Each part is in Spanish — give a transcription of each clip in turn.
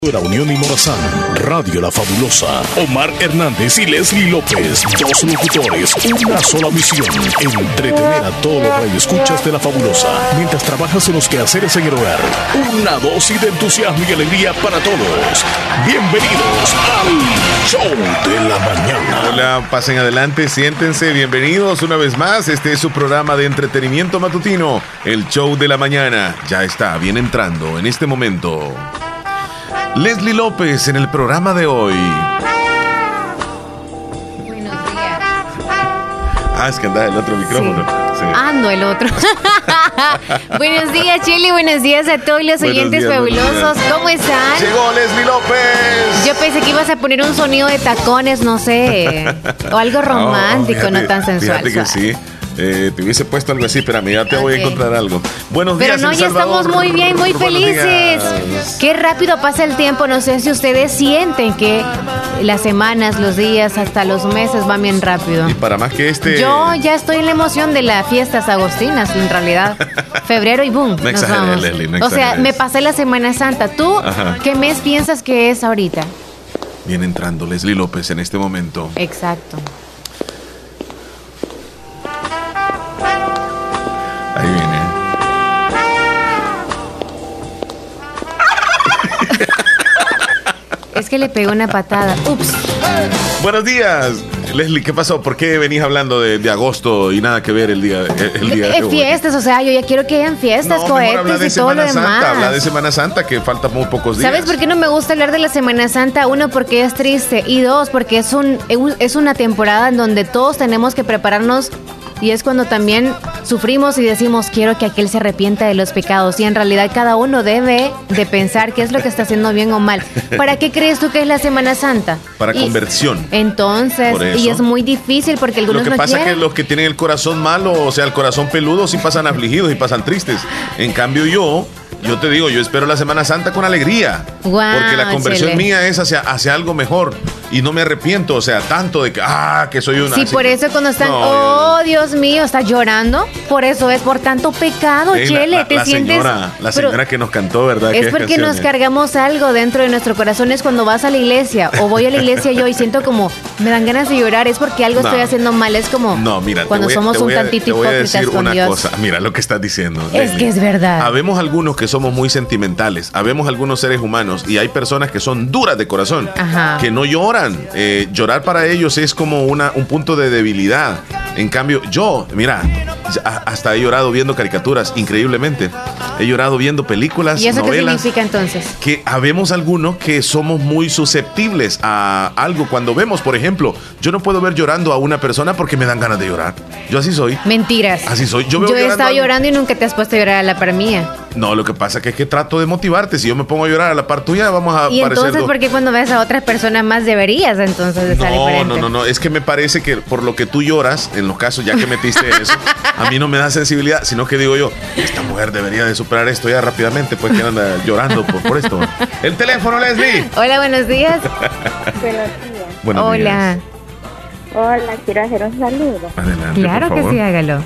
La Unión y Morazán, Radio La Fabulosa, Omar Hernández y Leslie López, dos locutores, una sola misión, entretener a todos los radioescuchas de La Fabulosa, mientras trabajas en los quehaceres en el hogar. Una dosis de entusiasmo y alegría para todos. Bienvenidos al Show de la Mañana. Hola, pasen adelante, siéntense, bienvenidos una vez más. Este es su programa de entretenimiento matutino, el Show de la Mañana. Ya está, viene entrando en este momento Leslie López en el programa de hoy. Buenos días. Es que anda el otro micrófono. Sí. No, el otro. Buenos días, Chile. Buenos días a todos los oyentes fabulosos. ¿Cómo están? Llegó Leslie López. Yo pensé que ibas a poner un sonido de tacones, no sé. O algo romántico, no tan sensual. Fíjate que sí. Te hubiese puesto algo así, espérame, ya te voy a encontrar algo. Buenos días, pero no, ya estamos muy bien, muy felices. Qué rápido pasa el tiempo. No sé si ustedes sienten que las semanas, los días, hasta los meses van bien rápido. Y para más que yo ya estoy en la emoción de las fiestas agostinas, en realidad. Febrero y boom, no nos vamos. Leslie, no o sea, me pasé la Semana Santa. ¿Tú qué mes piensas que es ahorita? Viene entrando Leslie López en este momento. Exacto. Ahí viene. Es que le pegó una patada. Ups. Buenos días, Leslie. ¿Qué pasó? ¿Por qué venís hablando de agosto y nada que ver el día de hoy? Fiestas, o sea, yo ya quiero que hayan fiestas, cohetes y todo lo demás. Habla de Semana Santa, que falta muy pocos días. ¿Sabes por qué no me gusta hablar de la Semana Santa? Uno, porque es triste. Y dos, porque es una temporada en donde todos tenemos que prepararnos. Y es cuando también sufrimos y decimos, quiero que aquel se arrepienta de los pecados. Y en realidad cada uno debe de pensar qué es lo que está haciendo bien o mal. ¿Para qué crees tú que es la Semana Santa? Para conversión. Entonces, y es muy difícil porque algunos no quieren. Lo que pasa es que los que tienen el corazón malo, o sea, el corazón peludo, sí pasan afligidos y pasan tristes. En cambio yo te digo, yo espero la Semana Santa con alegría. Porque la conversión mía es hacia algo mejor. Y no me arrepiento, o sea, tanto de que soy una... Sí, por eso cuando están, Dios mío, ¿estás llorando? Por eso es por tanto pecado, Chele, te sientes... La señora que nos cantó, ¿verdad? Es porque nos cargamos algo dentro de nuestro corazón. Es cuando vas a la iglesia, o voy a la iglesia yo y siento como, me dan ganas de llorar, es porque algo estoy haciendo mal, es como cuando somos un tantito hipócritas con Dios. Cosa. Mira lo que estás diciendo, es Leslie. Que es verdad. Habemos algunos que somos muy sentimentales, habemos algunos seres humanos y hay personas que son duras de corazón, que no lloran. Llorar para ellos es como un punto de debilidad. En cambio, yo, mira, hasta he llorado viendo caricaturas, increíblemente. He llorado viendo películas, ¿y eso novelas. qué significa entonces? Que habemos algunos que somos muy susceptibles a algo. Cuando vemos, por ejemplo, yo no puedo ver llorando a una persona porque me dan ganas de llorar. Yo así soy. Mentiras. Así soy. Yo he estado llorando y nunca te has puesto a llorar a la par mía. No, lo que pasa es que trato de motivarte. Si yo me pongo a llorar a la par tuya, vamos a... ¿Y entonces por qué cuando ves a otras personas más deberías entonces estar diferente? No. Es que me parece que por lo que tú lloras, en los casos ya que metiste eso, a mí no me da sensibilidad, sino que digo yo, esta mujer debería de superar esto ya rápidamente, pues que anda llorando por esto. El teléfono, Leslie. Hola, buenos días. Buenos días. Buenos días. Hola, quiero hacer un saludo. Adelante, claro por que favor. sí, hágalo.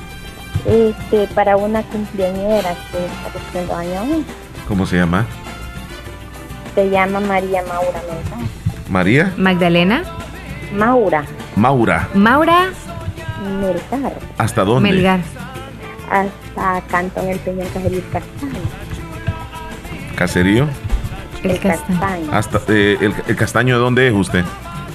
Para una cumpleañera que está cumpliendo años. ¿Cómo se llama? Se llama María Maura Melgar. ¿María? ¿Magdalena? Maura Melgar. ¿Hasta dónde? Melgar. Hasta Cantón El Peñón, Caserío Castaño. ¿Caserío? El Castaño. Hasta, el Castaño, ¿de dónde es usted?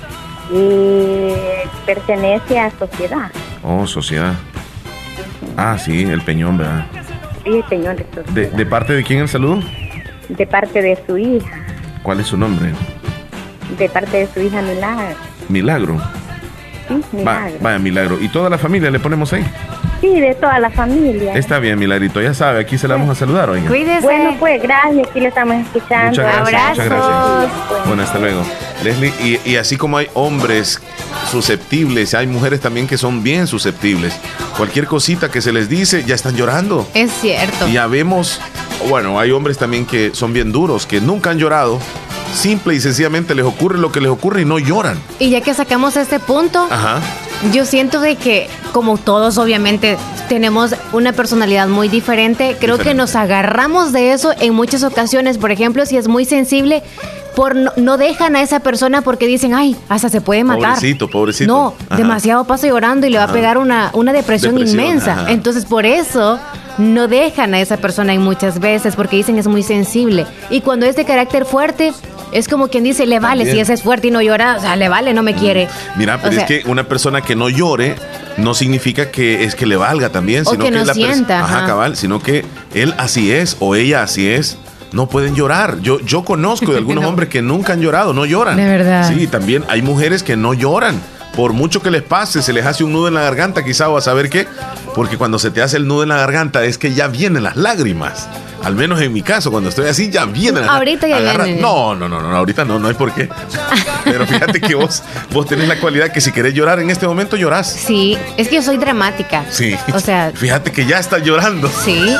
Pertenece a Sociedad. Oh, Sociedad. Sí, el Peñón, ¿verdad? Sí, el Peñón de Sociedad. ¿De parte de quién el saludo? De parte de su hija. ¿Cuál es su nombre? De parte de su hija Milagro. ¿Milagro? Sí, Milagro. Vaya, Milagro. ¿Y toda la familia le ponemos ahí? Sí, de toda la familia. Está bien, Milagrito, ya sabe, aquí se la vamos a saludar, oiga. Cuídese. Bueno, pues, gracias, aquí lo estamos escuchando. Muchas gracias. Abrazos. Bueno, hasta luego. Leslie, y así como hay hombres susceptibles, hay mujeres también que son bien susceptibles. Cualquier cosita que se les dice, ya están llorando. Es cierto. Y ya vemos, bueno, hay hombres también que son bien duros, que nunca han llorado. Simple y sencillamente les ocurre lo que les ocurre y no lloran. Y ya que sacamos este punto, Yo siento de que, como todos obviamente tenemos una personalidad muy diferente, creo que nos agarramos de eso en muchas ocasiones. Por ejemplo, si es muy sensible, no dejan a esa persona porque dicen, ay, hasta se puede matar. Pobrecito. No, demasiado pasa llorando y le va a pegar una depresión inmensa. Ajá. Entonces, por eso no dejan a esa persona en muchas veces porque dicen es muy sensible. Y cuando es de carácter fuerte, es como quien dice, le vale, si ese es fuerte y no llora, o sea, le vale, no me quiere. Mira, pero es que una persona que no llore no significa que es que le valga también, sino que no sienta. Cabal, sino que él así es o ella así es. No pueden llorar. Yo conozco de algunos hombres que nunca han llorado, no lloran. De verdad. Sí, también hay mujeres que no lloran. Por mucho que les pase, se les hace un nudo en la garganta, quizá, o a saber qué. Porque cuando se te hace el nudo en la garganta es que ya vienen las lágrimas. Al menos en mi caso, cuando estoy así, ya vienen las lágrimas. Ahorita ya vienen. No, ahorita no hay por qué. Pero fíjate que vos tenés la cualidad que si querés llorar en este momento, llorás. Sí, es que yo soy dramática. Sí. O sea. Fíjate que ya estás llorando. Sí.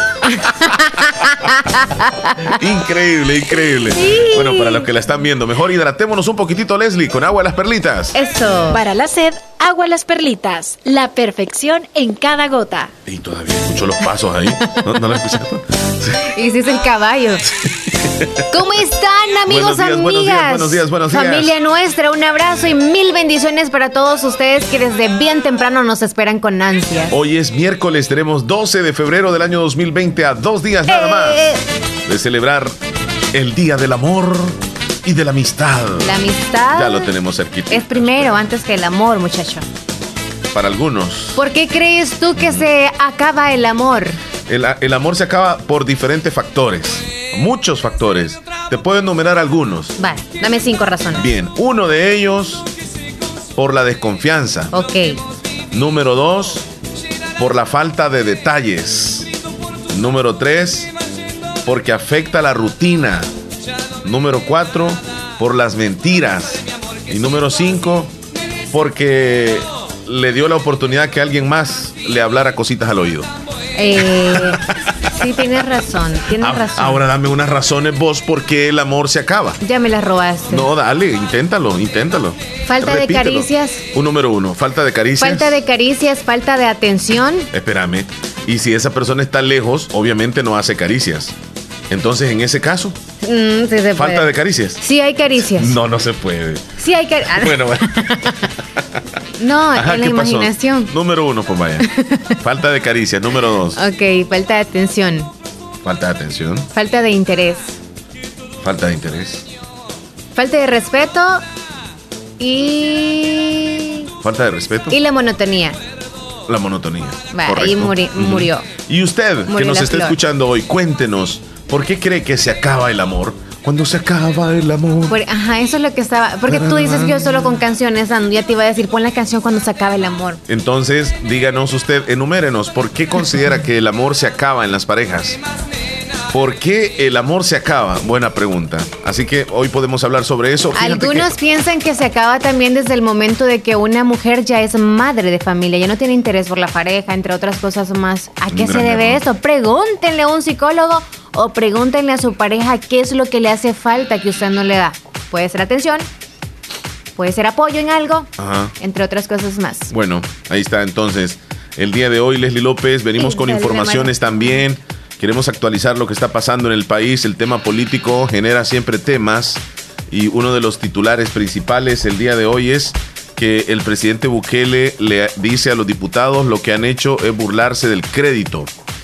Increíble. Sí. Bueno, para los que la están viendo, mejor hidratémonos un poquitito, Leslie, con agua a las perlitas. Eso. Para la sed, agua a las perlitas. La perfección en cada gota. Y todavía escucho los pasos ahí. ¿No lo escuchaste? Sí. Y si es el caballo. ¿Cómo están, amigos, amigas? Buenos días. Familia nuestra, un abrazo y mil bendiciones para todos ustedes que desde bien temprano nos esperan con ansia. Hoy es miércoles, tenemos 12 de febrero del año 2020, a 2 días nada más de celebrar el Día del Amor y de la Amistad. La amistad. Ya lo tenemos cerquita. Es primero, antes que el amor, muchacho. Para algunos. ¿Por qué crees tú que se acaba el amor? El amor se acaba por diferentes factores. Muchos factores. Te puedo enumerar algunos. Vale, dame 5 razones. Bien, uno de ellos por la desconfianza. Ok. Número 2, por la falta de detalles. Número 3, porque afecta la rutina. Número 4, por las mentiras. Y número 5, porque le dio la oportunidad que alguien más le hablara cositas al oído. Sí, tienes razón. Ahora dame unas razones vos por qué el amor se acaba. Ya me las robaste. No, dale, inténtalo. Falta de caricias. Un número 1, falta de caricias. Falta de atención. Espérame. Y si esa persona está lejos, obviamente no hace caricias. Entonces, en ese caso, sí se puede. ¿Falta de caricias? Sí hay caricias. No se puede. Sí hay caricias. Bueno. No, ajá, en la imaginación. Pasó? Número 1, pues vaya. Falta de caricias. Número 2. Ok, falta de atención. Falta de atención. Falta de interés. Falta de interés. Falta de respeto y... Falta de respeto. Y la monotonía. La monotonía. Vale, ahí murió. Y usted, que nos está escuchando hoy, cuéntenos, ¿por qué cree que se acaba el amor? Cuando se acaba el amor. Eso es lo que estaba. Porque tú dices que yo solo con canciones, ya te iba a decir, pon la canción cuando se acaba el amor. Entonces, díganos usted, enumérenos, ¿por qué considera que el amor se acaba en las parejas? ¿Por qué el amor se acaba? Buena pregunta. Así que hoy podemos hablar sobre eso. Algunos piensan que se acaba también desde el momento de que una mujer ya es madre de familia, ya no tiene interés por la pareja, entre otras cosas más. ¿A qué se debe eso? Pregúntenle a un psicólogo o pregúntenle a su pareja qué es lo que le hace falta que usted no le da. Puede ser atención, puede ser apoyo en algo, entre otras cosas más. Bueno, ahí está entonces. El día de hoy, Leslie López, venimos con informaciones también. Queremos actualizar lo que está pasando en el país. El tema político genera siempre temas y uno de los titulares principales el día de hoy es que el presidente Bukele le dice a los diputados lo que han hecho es burlarse del crédito.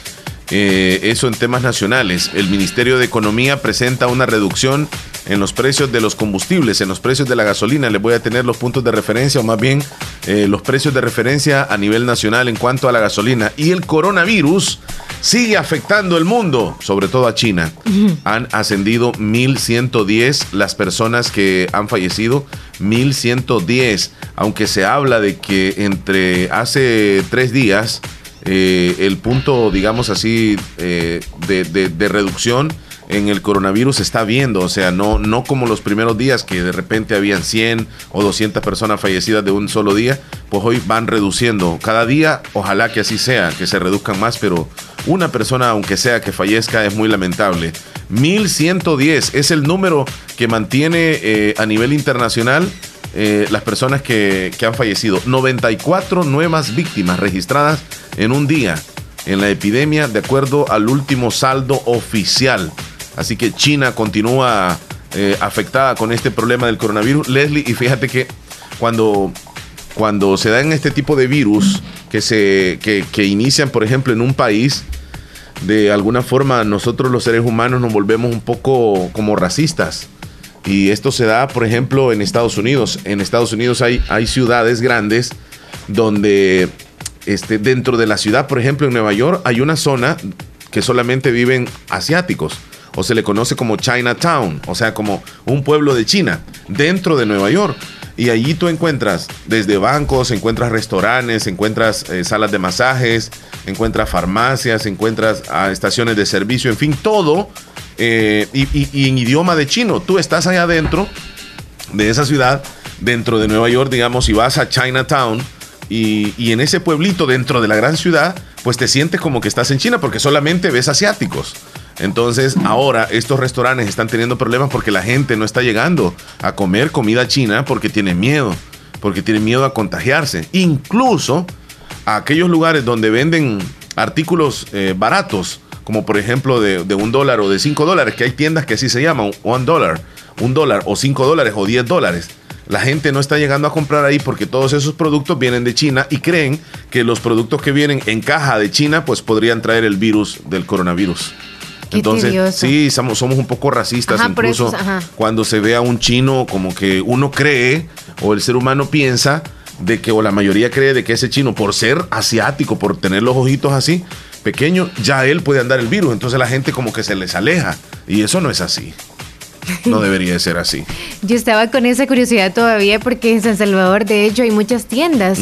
Eso en temas nacionales. El Ministerio de Economía presenta una reducción en los precios de los combustibles, en los precios de la gasolina. Les voy a tener los puntos de referencia, o más bien los precios de referencia a nivel nacional en cuanto a la gasolina. Y el coronavirus sigue afectando el mundo, sobre todo a China. Han ascendido 1.110 las personas que han fallecido, 1.110, aunque se habla de que entre hace 3 días el punto, digamos así, de reducción en el coronavirus se está viendo, o sea, no como los primeros días que de repente habían 100 o 200 personas fallecidas de un solo día, pues hoy van reduciendo. Cada día, ojalá que así sea, que se reduzcan más, pero una persona, aunque sea que fallezca, es muy lamentable. 1.110 es el número que mantiene a nivel internacional las personas que han fallecido. 94 nuevas víctimas registradas en un día en la epidemia, de acuerdo al último saldo oficial. Así que China continúa afectada con este problema del coronavirus. Leslie, y fíjate que cuando se dan este tipo de virus que inician, por ejemplo, en un país, de alguna forma nosotros los seres humanos nos volvemos un poco como racistas. Y esto se da, por ejemplo, en Estados Unidos. En Estados Unidos hay ciudades grandes donde dentro de la ciudad, por ejemplo, en Nueva York, hay una zona que solamente viven asiáticos, o se le conoce como Chinatown, o sea, como un pueblo de China, dentro de Nueva York. Y allí tú encuentras desde bancos, encuentras restaurantes, encuentras salas de masajes, encuentras farmacias, encuentras estaciones de servicio, en fin, todo y en idioma de chino. Tú estás allá dentro de esa ciudad, dentro de Nueva York, digamos, y vas a Chinatown y en ese pueblito dentro de la gran ciudad, pues te sientes como que estás en China porque solamente ves asiáticos. Entonces ahora estos restaurantes están teniendo problemas porque la gente no está llegando a comer comida china porque tiene miedo a contagiarse. Incluso a aquellos lugares donde venden artículos baratos, como por ejemplo de $1 o de $5, que hay tiendas que así se llaman, $1 o $5 o $10. La gente no está llegando a comprar ahí porque todos esos productos vienen de China y creen que los productos que vienen en caja de China pues podrían traer el virus del coronavirus. Entonces, tedioso. Sí, somos un poco racistas. Ajá, incluso cuando se ve a un chino, como que uno cree, o el ser humano piensa, de que, o la mayoría cree de que ese chino, por ser asiático, por tener los ojitos así, pequeños, ya él puede andar el virus. Entonces la gente como que se les aleja. Y eso no es así. No debería de ser así. Yo estaba con esa curiosidad todavía porque en San Salvador, de hecho, hay muchas tiendas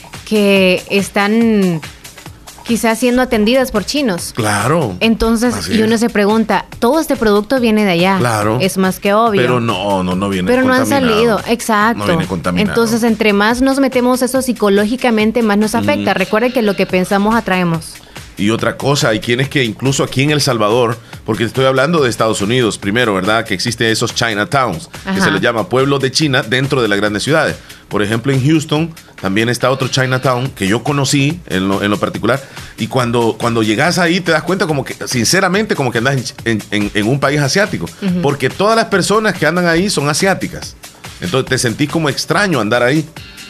que están quizás siendo atendidas por chinos. Claro. Entonces, y uno se pregunta, todo este producto viene de allá. Claro. Es más que obvio. Pero no viene contaminado. Pero no han salido, exacto. No viene contaminado. Entonces, entre más nos metemos eso psicológicamente, más nos afecta. Recuerda que lo que pensamos atraemos. Y otra cosa, hay quienes que incluso aquí en El Salvador, porque estoy hablando de Estados Unidos primero, ¿verdad? Que existen esos Chinatowns, que se les llama pueblos de China dentro de las grandes ciudades. Por ejemplo, en Houston también está otro Chinatown que yo conocí en lo particular. Y cuando llegas ahí te das cuenta como que, sinceramente, como que andas en un país asiático. Porque todas las personas que andan ahí son asiáticas. Entonces te sentís como extraño andar ahí.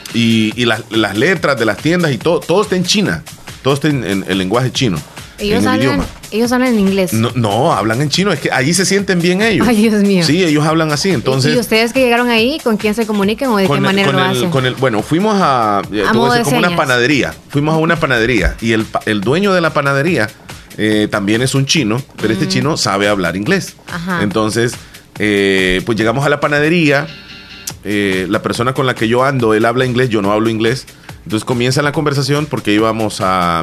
Y las letras de las tiendas y todo está en China. Todo está en el lenguaje chino. Ellos hablan en inglés. No, hablan en chino. Es que allí se sienten bien ellos. Ay, Dios mío. Sí, ellos hablan así. Entonces, ¿Y ustedes que llegaron ahí, con quién se comunican o de qué manera lo hacen? Bueno, fuimos a como una panadería. Fuimos a una panadería. Y el dueño de la panadería también es un chino, pero este chino sabe hablar inglés. Ajá. Entonces, pues llegamos a la panadería. La persona con la que yo ando, él habla inglés, yo no hablo inglés. Entonces comienza la conversación porque íbamos a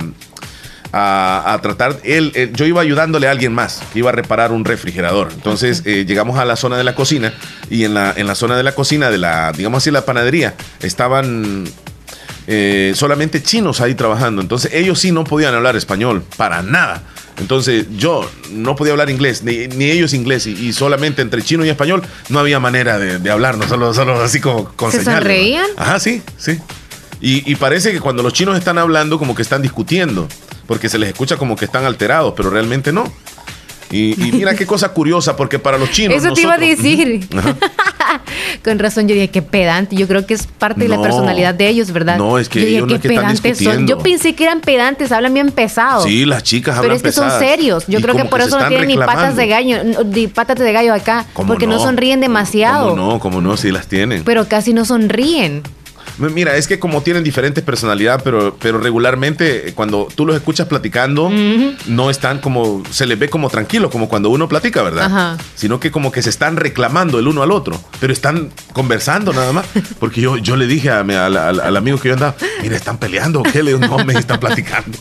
tratar, yo iba ayudándole a alguien más que iba a reparar un refrigerador. Entonces llegamos a la zona de la cocina y en la zona de la cocina de la, digamos así, la panadería, estaban solamente chinos ahí trabajando. Entonces ellos sí no podían hablar español, para nada. Entonces yo no podía hablar inglés, ni ellos inglés, y solamente entre chino y español no había manera de hablarnos, solo así como con señales. ¿Se sonreían? Ajá, sí. Y parece que cuando los chinos están hablando como que están discutiendo, porque se les escucha como que están alterados, pero realmente no. Y mira qué cosa curiosa, porque para los chinos... Eso te iba a decir. Con razón, yo dije, qué pedante. Yo creo que es parte de la personalidad de ellos, ¿verdad? No, es que ellos no es que están discutiendo. Yo pensé que eran pedantes, hablan bien pesado. Sí, las chicas hablan pesadas. Pero es que son serios. Yo creo que por eso no tienen ni patas de gallo acá. Porque no sonríen demasiado. ¿Cómo no? Sí las tienen. Pero casi no sonríen. Mira, es que como tienen diferentes personalidades, pero regularmente cuando tú los escuchas platicando, no están como, se les ve como tranquilos, como cuando uno platica, ¿verdad? Ajá. Sino que como que se están reclamando el uno al otro, pero están conversando nada más. Porque yo le dije al amigo que yo andaba, mira, ¿están peleando o qué? Le digo, no, me están platicando.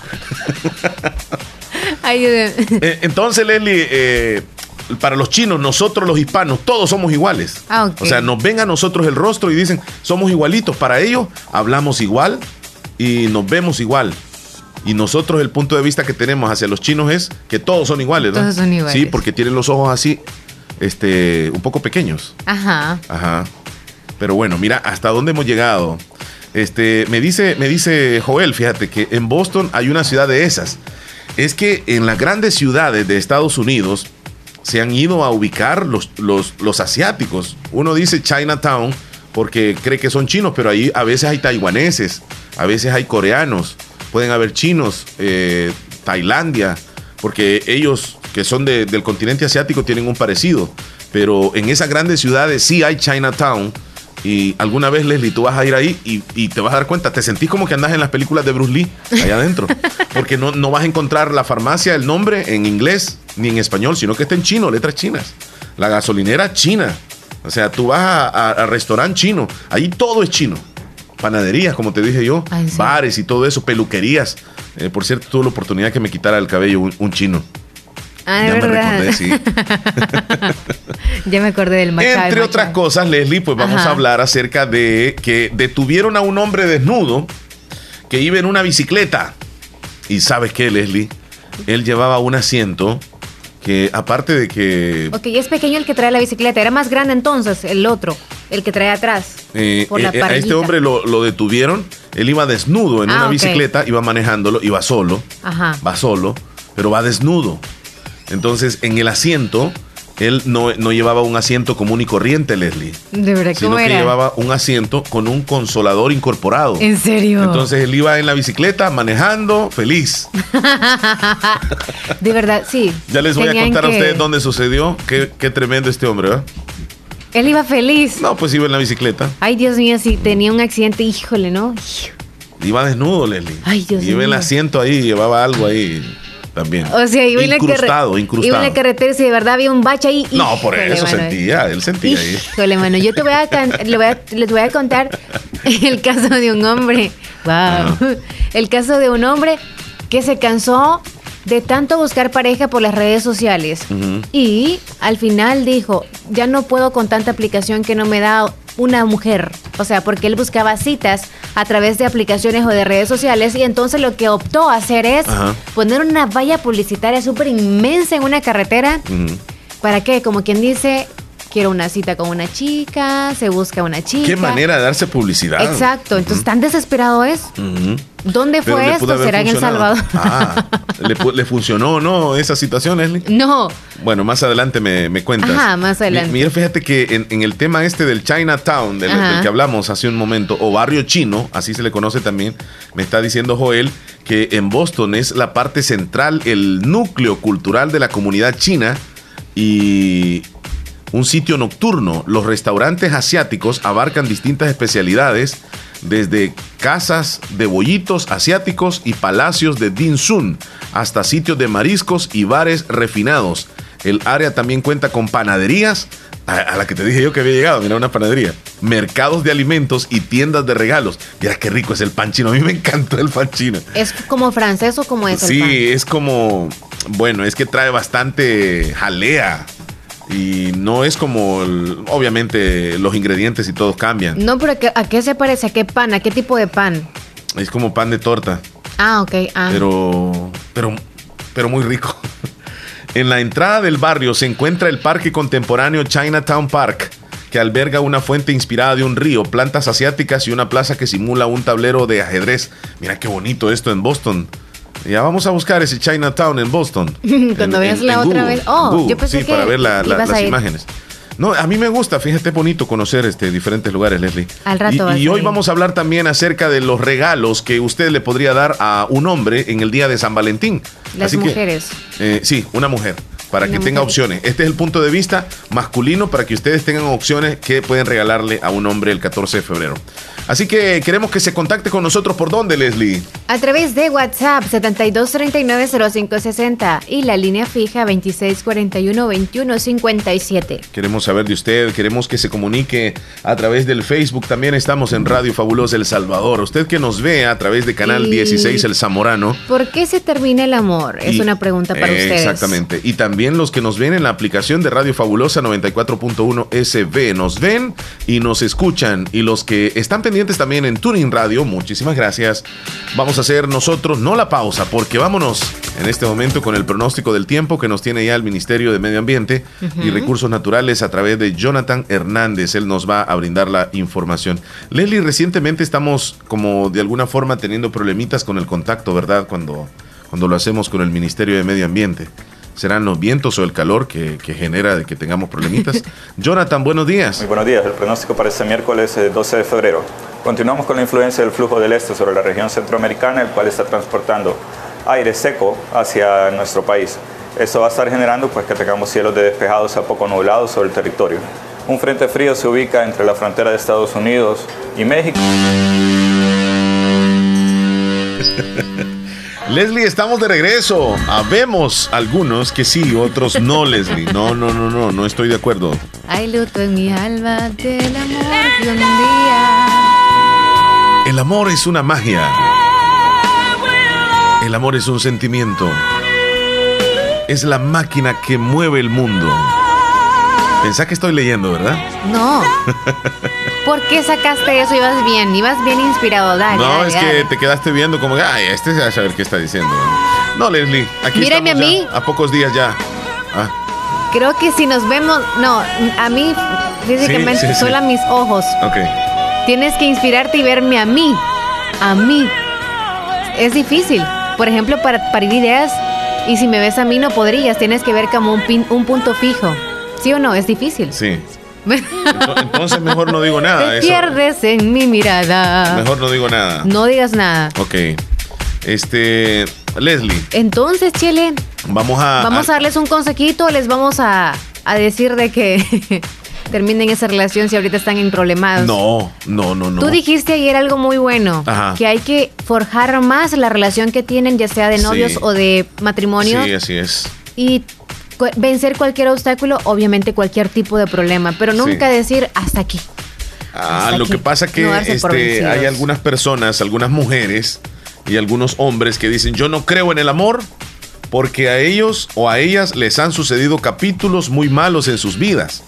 Ayúdenme. Entonces, Leslie, para los chinos, nosotros los hispanos, todos somos iguales. Okay. O sea, nos ven a nosotros el rostro y dicen, somos igualitos. Para ellos, hablamos igual y nos vemos igual. Y nosotros el punto de vista que tenemos hacia los chinos es que todos son iguales, ¿no? Todos son iguales. Sí, porque tienen los ojos así, un poco pequeños. Ajá. Pero bueno, mira hasta dónde hemos llegado. Me dice Joel, fíjate que en Boston hay una ciudad de esas. Es que en las grandes ciudades de Estados Unidos se han ido a ubicar los asiáticos. Uno dice Chinatown porque cree que son chinos, pero ahí a veces hay taiwaneses, a veces hay coreanos, pueden haber chinos, Tailandia, porque ellos que son del continente asiático tienen un parecido. Pero en esas grandes ciudades sí hay Chinatown. Y alguna vez, Leslie, tú vas a ir ahí y te vas a dar cuenta, te sentís como que andas en las películas de Bruce Lee, allá adentro. Porque no vas a encontrar la farmacia, el nombre en inglés ni en español, sino que está en chino, letras chinas. La gasolinera china. O sea, tú vas a restaurante chino, ahí todo es chino. Panaderías, como te dije yo, bares y todo eso, peluquerías. Por cierto, tuve la oportunidad que me quitara el cabello un chino. Ah, de verdad. Me recordé, sí. Ya me acordé del Machado. Entre otras cosas, Leslie, pues vamos a hablar acerca de que detuvieron a un hombre desnudo que iba en una bicicleta. ¿Y sabes qué, Leslie? Él llevaba un asiento que, aparte de que... Ok, es pequeño el que trae la bicicleta. Era más grande entonces el otro, el que trae atrás. Por la a este hombre lo detuvieron. Él iba desnudo en una bicicleta, iba manejándolo, iba solo. Ajá. Va solo, pero va desnudo. Entonces, en el asiento, él no llevaba un asiento común y corriente, Leslie. ¿De verdad? Sino que llevaba un asiento con un consolador incorporado. ¿En serio? Entonces, él iba en la bicicleta, manejando, feliz. De verdad, sí. Ya les voy a contar a ustedes dónde sucedió. Qué tremendo este hombre, ¿verdad? Él iba feliz. No, pues iba en la bicicleta. Ay, Dios mío, si tenía un accidente, híjole, ¿no? Iba desnudo, Leslie. Ay, Dios mío. Iba en el asiento ahí, llevaba algo ahí. También. O sea, iba incrustado. Iba en la carretera y si de verdad había un bache ahí. No, por eso él sentía ahí. Híjole, mano, yo les voy a contar el caso de un hombre. Wow. El caso de un hombre que se cansó de tanto buscar pareja por las redes sociales. Y al final dijo, ya no puedo con tanta aplicación que no me da una mujer. O sea, porque él buscaba citas a través de aplicaciones o de redes sociales y entonces lo que optó a hacer es poner una valla publicitaria súper inmensa en una carretera. ¿Para qué? Como quien dice, quiero una cita con una chica, se busca una chica. Qué manera de darse publicidad. Exacto, entonces tan desesperado es. ¿Dónde fue esto? ¿Será en El Salvador? ¿Le funcionó o no esa situación, Leslie? No. Bueno, más adelante me cuentas. Ajá, más adelante. Mira, fíjate que en el tema del Chinatown, del que hablamos hace un momento, o barrio chino, así se le conoce también, me está diciendo Joel que en Boston es la parte central, el núcleo cultural de la comunidad china y un sitio nocturno. Los restaurantes asiáticos abarcan distintas especialidades, desde casas de bollitos asiáticos y palacios de dim sum hasta sitios de mariscos y bares refinados. El área también cuenta con panaderías, a la que te dije yo que había llegado, mira, una panadería, mercados de alimentos y tiendas de regalos. Mira qué rico es el pan chino, a mí me encantó el pan chino. ¿Es como francés o como es el pan? Sí, es como, bueno, es que trae bastante jalea. Y no es como, obviamente, los ingredientes y todos cambian. No, pero ¿a qué se parece? ¿A qué pan? ¿A qué tipo de pan? Es como pan de torta. Ah, ok. Pero muy rico. En la entrada del barrio se encuentra el parque contemporáneo Chinatown Park, que alberga una fuente inspirada de un río, plantas asiáticas y una plaza que simula un tablero de ajedrez. Mira qué bonito esto en Boston. Ya vamos a buscar ese Chinatown en Boston. Cuando veas la otra vez. Google, yo pensé que para ver las imágenes. No, a mí me gusta, fíjate, bonito conocer diferentes lugares, Leslie. Al rato y hoy vamos a hablar también acerca de los regalos que usted le podría dar a un hombre en el día de San Valentín. Las mujeres. Sí, una mujer. Para que tenga opciones. Este es el punto de vista masculino para que ustedes tengan opciones que pueden regalarle a un hombre el 14 de febrero. Así que queremos que se contacte con nosotros. ¿Por dónde, Leslie? A través de WhatsApp 72390560 y la línea fija 2641-2157. Queremos saber de usted, queremos que se comunique a través del Facebook. También estamos en Radio Fabulosa El Salvador. Usted que nos ve a través de Canal 16 El Zamorano. ¿Por qué se termina el amor? Es una pregunta para ustedes. Exactamente. Y también los que nos ven en la aplicación de Radio Fabulosa 94.1 SB. Nos ven y nos escuchan. Y los que están pendientes también en Tuning Radio, muchísimas gracias. Vamos vamos a hacer nosotros, no la pausa, porque vámonos en este momento con el pronóstico del tiempo que nos tiene ya el Ministerio de Medio Ambiente y Recursos Naturales a través de Jonathan Hernández. Él nos va a brindar la información. Leslie, recientemente estamos como de alguna forma teniendo problemitas con el contacto, ¿verdad? Cuando lo hacemos con el Ministerio de Medio Ambiente. ¿Serán los vientos o el calor que genera de que tengamos problemitas? Jonathan, buenos días. Muy buenos días. El pronóstico para este miércoles 12 de febrero. Continuamos con la influencia del flujo del este sobre la región centroamericana, el cual está transportando aire seco hacia nuestro país. Esto va a estar generando pues, que tengamos cielos de despejados a poco nublados sobre el territorio. Un frente frío se ubica entre la frontera de Estados Unidos y México. Leslie, estamos de regreso. Habemos algunos que sí, otros no, Leslie. No estoy de acuerdo. Hay luto en mi alma del amor de un día. El amor es una magia. El amor es un sentimiento. Es la máquina que mueve el mundo. Pensá que estoy leyendo, ¿verdad? No. ¿Por qué sacaste eso? Ibas bien inspirado. Dale, no, dale. Que te quedaste viendo como, este se va a saber qué está diciendo. No, Leslie, aquí mírame estamos a mí. A pocos días ya. Creo que si nos vemos, no, a mí físicamente solo a mis ojos. Ok. Tienes que inspirarte y verme a mí. A mí. Es difícil. Por ejemplo, para parir ideas, y si me ves a mí no podrías. Tienes que ver como un punto fijo. ¿Sí o no? Es difícil. Sí. Entonces mejor no digo nada. Te pierdes en mi mirada. Mejor no digo nada. No digas nada. Ok. Leslie. Entonces, Chele, vamos a darles un consejito. Les vamos a decir de que terminen esa relación si ahorita están en problemados. No. Tú dijiste ayer algo muy bueno. Ajá. Que hay que forjar más la relación que tienen, ya sea de novios o de matrimonio. Sí, así es. Y vencer cualquier obstáculo, obviamente cualquier tipo de problema, pero nunca decir hasta aquí. Lo que pasa que hay algunas personas, algunas mujeres y algunos hombres que dicen, yo no creo en el amor porque a ellos o a ellas les han sucedido capítulos muy malos en sus vidas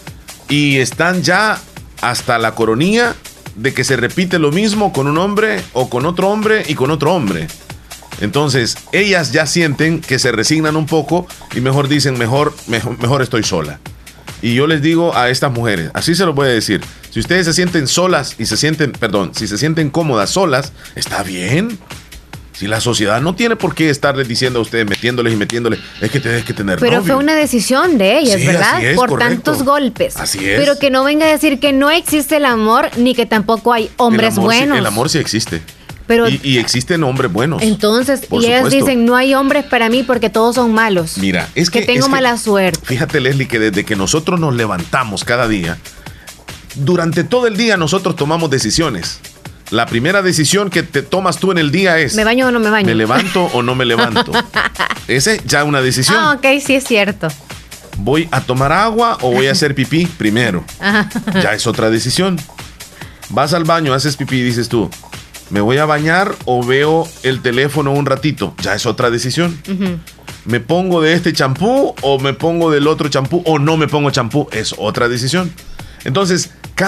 y están ya hasta la coronilla de que se repite lo mismo con un hombre o con otro hombre y con otro hombre. Entonces, ellas ya sienten que se resignan un poco y mejor dicen, mejor estoy sola. Y yo les digo a estas mujeres, así se lo voy a decir, si ustedes se sienten solas y si se sienten cómodas solas, está bien. Si la sociedad no tiene por qué estarles diciendo a ustedes, metiéndoles, es que tienes que tener novio. Pero fue una decisión de ellas, sí, ¿verdad? Así es, por correcto. Tantos golpes. Así es. Pero que no venga a decir que no existe el amor, ni que tampoco hay hombres buenos. El amor sí existe. Pero, y existen hombres buenos. Entonces, y ellas dicen, no hay hombres para mí porque todos son malos. Mira, es que tengo mala suerte. Fíjate, Leslie, que desde que nosotros nos levantamos cada día, durante todo el día nosotros tomamos decisiones. La primera decisión que te tomas tú en el día es, ¿me baño o no me baño? ¿Me levanto o no me levanto? Esa es ya una decisión. Ok, sí es cierto. ¿Voy a tomar agua o voy a hacer pipí primero? Ya es otra decisión. Vas al baño, haces pipí y dices tú, ¿me voy a bañar o veo el teléfono un ratito? Ya es otra decisión. ¿Me pongo de este champú o me pongo del otro champú o no me pongo champú? Es otra decisión. Entonces,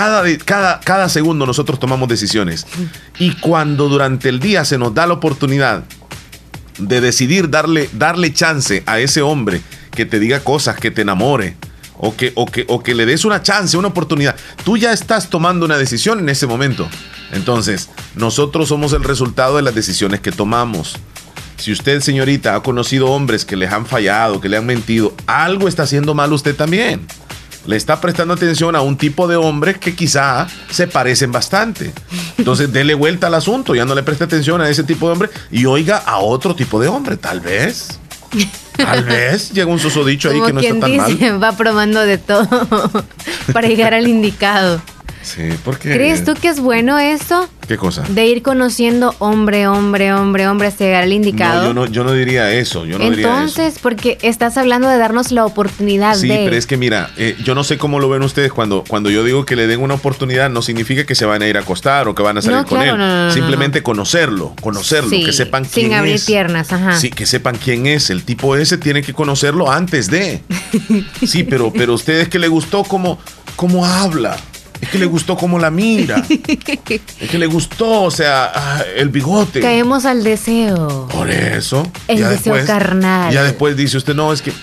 cada segundo nosotros tomamos decisiones. Y cuando durante el día se nos da la oportunidad de decidir darle chance a ese hombre que te diga cosas, que te enamore, o que le des una chance, una oportunidad, tú ya estás tomando una decisión en ese momento. Entonces, nosotros somos el resultado de las decisiones que tomamos. Si usted, señorita, ha conocido hombres que les han fallado, que le han mentido, algo está haciendo mal usted también. Le está prestando atención a un tipo de hombres que quizá se parecen bastante. Entonces, dele vuelta al asunto, ya no le preste atención a ese tipo de hombre y oiga a otro tipo de hombre, tal vez. Tal vez llega un susodicho ahí que no está tan mal. Va probando de todo para llegar al indicado. Sí, porque... ¿Crees tú que es bueno esto? ¿Qué cosa? De ir conociendo hombre hasta llegar al indicado. No, yo no diría eso. Entonces, porque estás hablando de darnos la oportunidad sí, pero es que mira, yo no sé cómo lo ven ustedes cuando yo digo que le den una oportunidad, no significa que se van a ir a acostar o que van a salir con él. No, simplemente conocerlo, sí, que sepan quién es. Sin abrir piernas, ajá. Sí, que sepan quién es. El tipo ese tiene que conocerlo antes de. Sí, pero ustedes que le gustó cómo habla. Es que le gustó cómo la mira. Es que le gustó, o sea, el bigote. Caemos al deseo. Por eso. El deseo carnal. Ya después dice usted, no, es que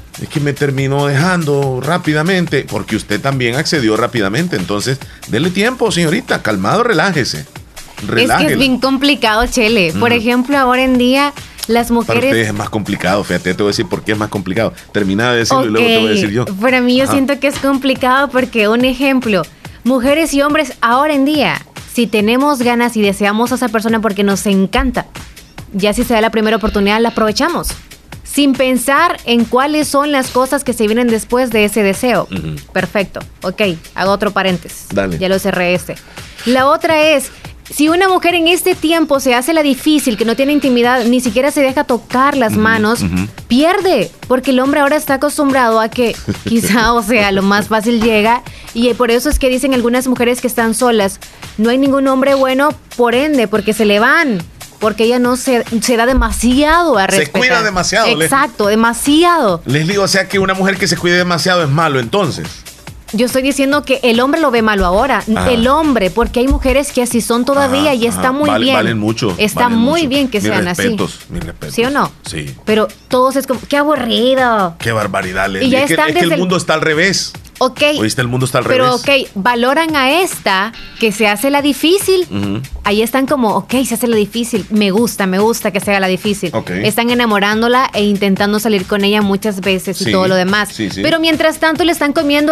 me terminó dejando rápidamente, porque usted también accedió rápidamente. Entonces, dele tiempo, señorita, calmado, relájese. Es que es bien complicado, Chele. Por ejemplo, ahora en día, las mujeres... Para ustedes es más complicado, fíjate, te voy a decir por qué es más complicado. Termina de decirlo y luego te voy a decir yo. Para mí yo siento que es complicado porque, un ejemplo, mujeres y hombres ahora en día, si tenemos ganas y deseamos a esa persona porque nos encanta, ya si se da la primera oportunidad, la aprovechamos. Sin pensar en cuáles son las cosas que se vienen después de ese deseo. Perfecto. Ok, hago otro paréntesis. Dale. Ya lo cerré La otra es, si una mujer en este tiempo se hace la difícil, que no tiene intimidad, ni siquiera se deja tocar las manos, pierde. Porque el hombre ahora está acostumbrado a que quizá, o sea, lo más fácil llega. Y por eso es que dicen algunas mujeres que están solas, no hay ningún hombre bueno, por ende, porque se le van. Porque ella no se da demasiado a respetar. Se cuida demasiado. Exacto, demasiado. Les digo, o sea que una mujer que se cuide demasiado es malo entonces. Yo estoy diciendo que el hombre lo ve malo ahora. El hombre, porque hay mujeres que así son todavía y está muy bien. Valen mucho. Está muy mucho. bien que sean así. Mis respetos. ¿Sí o no? Sí. Pero todos es como, qué aburrido. Qué barbaridad, Leslie. Y ya es que el mundo está al revés. Ok. ¿Oíste? El mundo está al pero revés. Ok, valoran a esta que se hace la difícil. Ahí están como, ok, se hace la difícil. Me gusta que se haga la difícil. Están enamorándola e intentando salir con ella muchas veces y todo lo demás. Sí. Pero mientras tanto le están comiendo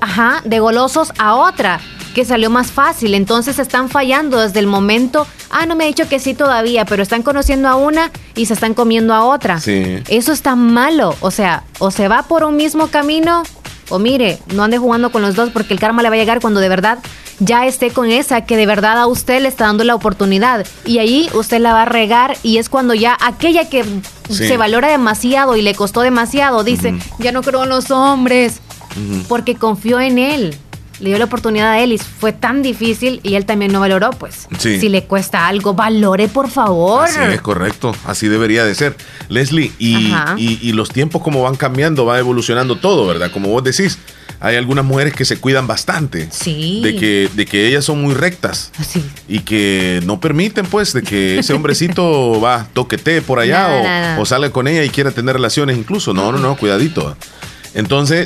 de golosos a otra que salió más fácil. Entonces están fallando desde el momento. No me ha dicho que sí todavía, pero están conociendo a una y se están comiendo a otra. Sí. Eso está malo. O sea, o se va por un mismo camino, o mire, no ande jugando con los dos porque el karma le va a llegar cuando de verdad ya esté con esa que de verdad a usted le está dando la oportunidad. Y ahí usted la va a regar y es cuando ya aquella que se valora demasiado y le costó demasiado dice, ya no creo en los hombres, porque confió en él. Le dio la oportunidad a él y fue tan difícil y él también no valoró, pues. Sí. Si le cuesta algo, valore, por favor. Así es, correcto. Así debería de ser. Leslie, y los tiempos como van cambiando, va evolucionando todo, ¿verdad? Como vos decís, hay algunas mujeres que se cuidan bastante. Sí. De que ellas son muy rectas. Sí. Y que no permiten, pues, de que ese hombrecito toquetee por allá o salga con ella y quiera tener relaciones incluso. No, cuidadito. Entonces,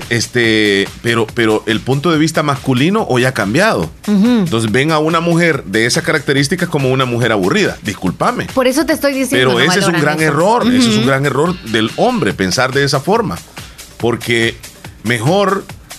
pero el punto de vista masculino hoy ha cambiado. Entonces ven a una mujer de esas características como una mujer aburrida. Discúlpame. Por eso te estoy diciendo. Pero ese es un gran error. Ese es un gran error del hombre, pensar de esa forma. Porque mejor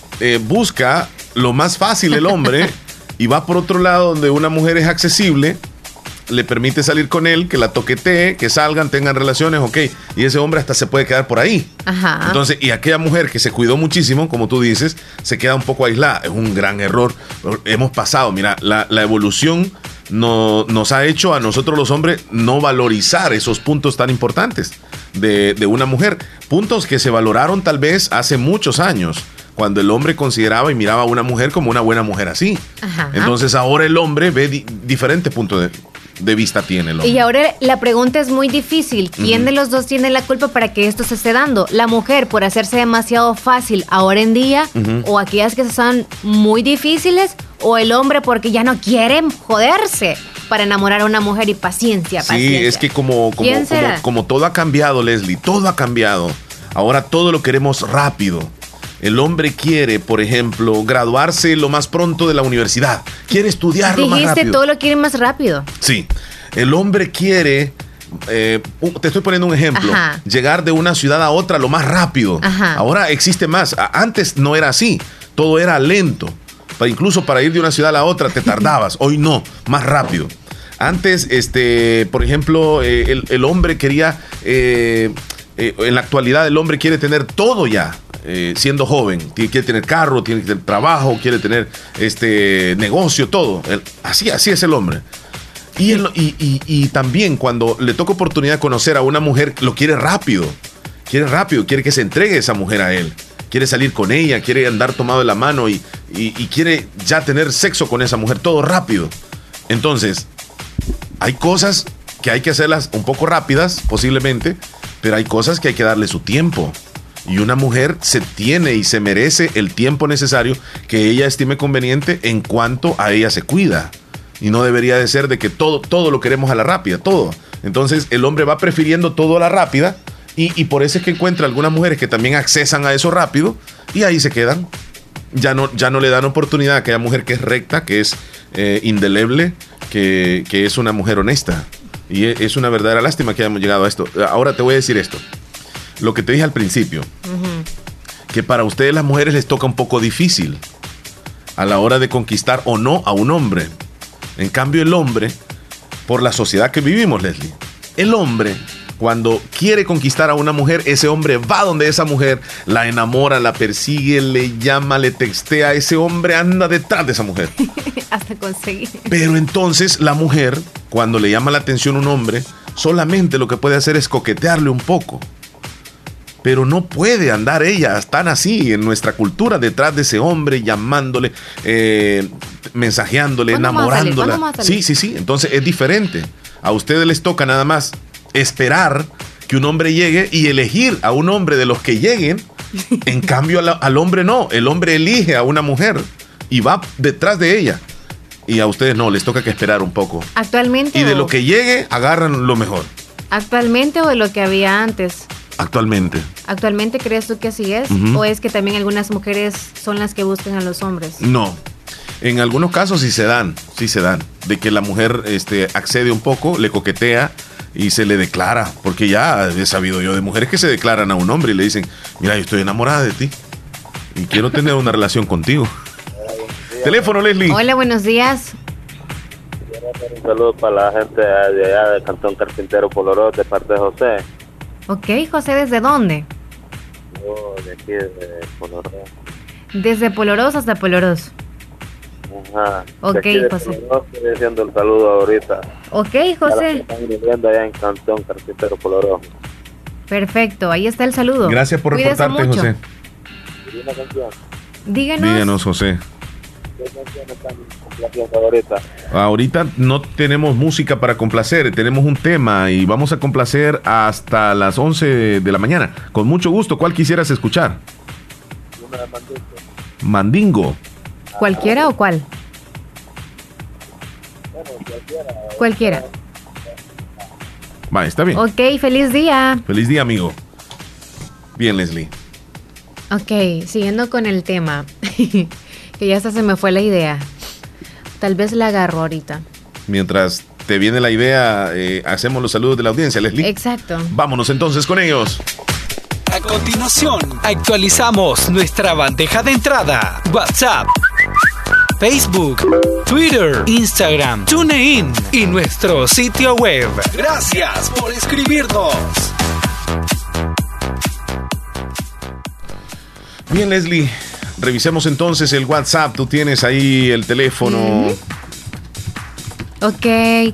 busca lo más fácil el hombre y va por otro lado donde una mujer es accesible, le permite salir con él, que la toquetee, que salgan, tengan relaciones, ok, y ese hombre hasta se puede quedar por ahí. Entonces, y aquella mujer que se cuidó muchísimo, como tú dices, se queda un poco aislada. Es un gran error. Hemos pasado, mira, la evolución nos ha hecho a nosotros los hombres no valorizar esos puntos tan importantes de una mujer. Puntos que se valoraron tal vez hace muchos años, cuando el hombre consideraba y miraba a una mujer como una buena mujer así. Entonces ahora el hombre ve diferentes puntos de vista tiene el hombre. Y ahora la pregunta es muy difícil. ¿Quién de los dos tiene la culpa para que esto se esté dando? ¿La mujer por hacerse demasiado fácil ahora en día? ¿O aquellas que son muy difíciles? ¿O el hombre porque ya no quieren joderse para enamorar a una mujer y paciencia? Sí, es que como todo ha cambiado, Leslie, todo ha cambiado. Ahora todo lo queremos rápido. El hombre quiere, por ejemplo, graduarse lo más pronto de la universidad. Quiere estudiar lo más rápido. Dijiste, todo lo quiere más rápido. Sí. El hombre quiere, te estoy poniendo un ejemplo, llegar de una ciudad a otra lo más rápido. Ahora existe más. Antes no era así. Todo era lento. Incluso para ir de una ciudad a la otra te tardabas. Hoy no, más rápido. Antes, por ejemplo, el hombre quería, en la actualidad el hombre quiere tener todo ya. Siendo joven, quiere tener carro, tiene que tener trabajo, quiere tener negocio, todo. Así es el hombre. Y también cuando le toca oportunidad de conocer a una mujer, lo quiere rápido, quiere que se entregue esa mujer a él, quiere salir con ella, quiere andar tomado de la mano y quiere ya tener sexo con esa mujer, todo rápido. Entonces, hay cosas que hay que hacerlas un poco rápidas, posiblemente, pero hay cosas que hay que darle su tiempo. Y una mujer se tiene y se merece el tiempo necesario que ella estime conveniente en cuanto a ella se cuida. Y no debería de ser de que todo lo queremos a la rápida, todo. Entonces el hombre va prefiriendo todo a la rápida y por eso es que encuentra algunas mujeres que también accesan a eso rápido y ahí se quedan. Ya no le dan oportunidad a aquella mujer que es recta, que es indeleble, que es una mujer honesta. Y es una verdadera lástima que hayamos llegado a esto. Ahora te voy a decir esto. Lo que te dije al principio, que para ustedes las mujeres les toca un poco difícil a la hora de conquistar o no a un hombre. En cambio el hombre, por la sociedad que vivimos, Leslie, el hombre cuando quiere conquistar a una mujer, ese hombre va donde esa mujer, la enamora, la persigue, le llama, le textea, ese hombre anda detrás de esa mujer. Hasta conseguir. Pero entonces la mujer, cuando le llama la atención un hombre, solamente lo que puede hacer es coquetearle un poco. Pero no puede andar ella tan así en nuestra cultura detrás de ese hombre, llamándole, mensajeándole, enamorándola. Sí. Entonces es diferente. A ustedes les toca nada más esperar que un hombre llegue y elegir a un hombre de los que lleguen. En cambio al hombre no. El hombre elige a una mujer y va detrás de ella. Y a ustedes no, les toca que esperar un poco. Actualmente. Y de lo que llegue, agarran lo mejor. ¿Actualmente o de lo que había antes? Actualmente. ¿Actualmente crees tú que así es? ¿O es que también algunas mujeres son las que buscan a los hombres? No. En algunos casos sí se dan. De que la mujer accede un poco, le coquetea y se le declara. Porque ya he sabido yo de mujeres que se declaran a un hombre y le dicen, mira, yo estoy enamorada de ti y quiero tener una relación contigo. Teléfono, Leslie. Hola, buenos días. Un saludo para la gente de allá del Cantón Carpintero Polorós, de parte de José. Ok, José, ¿desde dónde? Yo de aquí, de Polorós. Desde Polorós hasta Polorós. Ajá. Ok, de José. Polorós, estoy diciendo el saludo ahorita. Ok, José. Están viviendo allá en Cantón Carpintero Polorós. Perfecto, ahí está el saludo. Gracias por reportarte, mucho. José. ¿Y una canción? Díganos, José. ¿Qué canción están complaciendo ahorita? Ahorita no tenemos música para complacer, tenemos un tema y vamos a complacer hasta las 11 de la mañana. Con mucho gusto, ¿cuál quisieras escuchar? Una de Mandingo. Mandingo. ¿Cualquiera o cuál? Bueno, cualquiera. Cualquiera. Va, está bien. Ok, feliz día. Feliz día, amigo. Bien, Leslie. Ok, siguiendo con el tema. Que ya hasta se me fue la idea. Tal vez la agarro ahorita. Mientras te viene la idea, hacemos los saludos de la audiencia, Leslie. Exacto. Vámonos entonces con ellos. A continuación, actualizamos nuestra bandeja de entrada. WhatsApp, Facebook, Twitter, Instagram, TuneIn y nuestro sitio web. Gracias por escribirnos. Bien, Leslie. Revisemos entonces el WhatsApp. Tú tienes ahí el teléfono. Ok.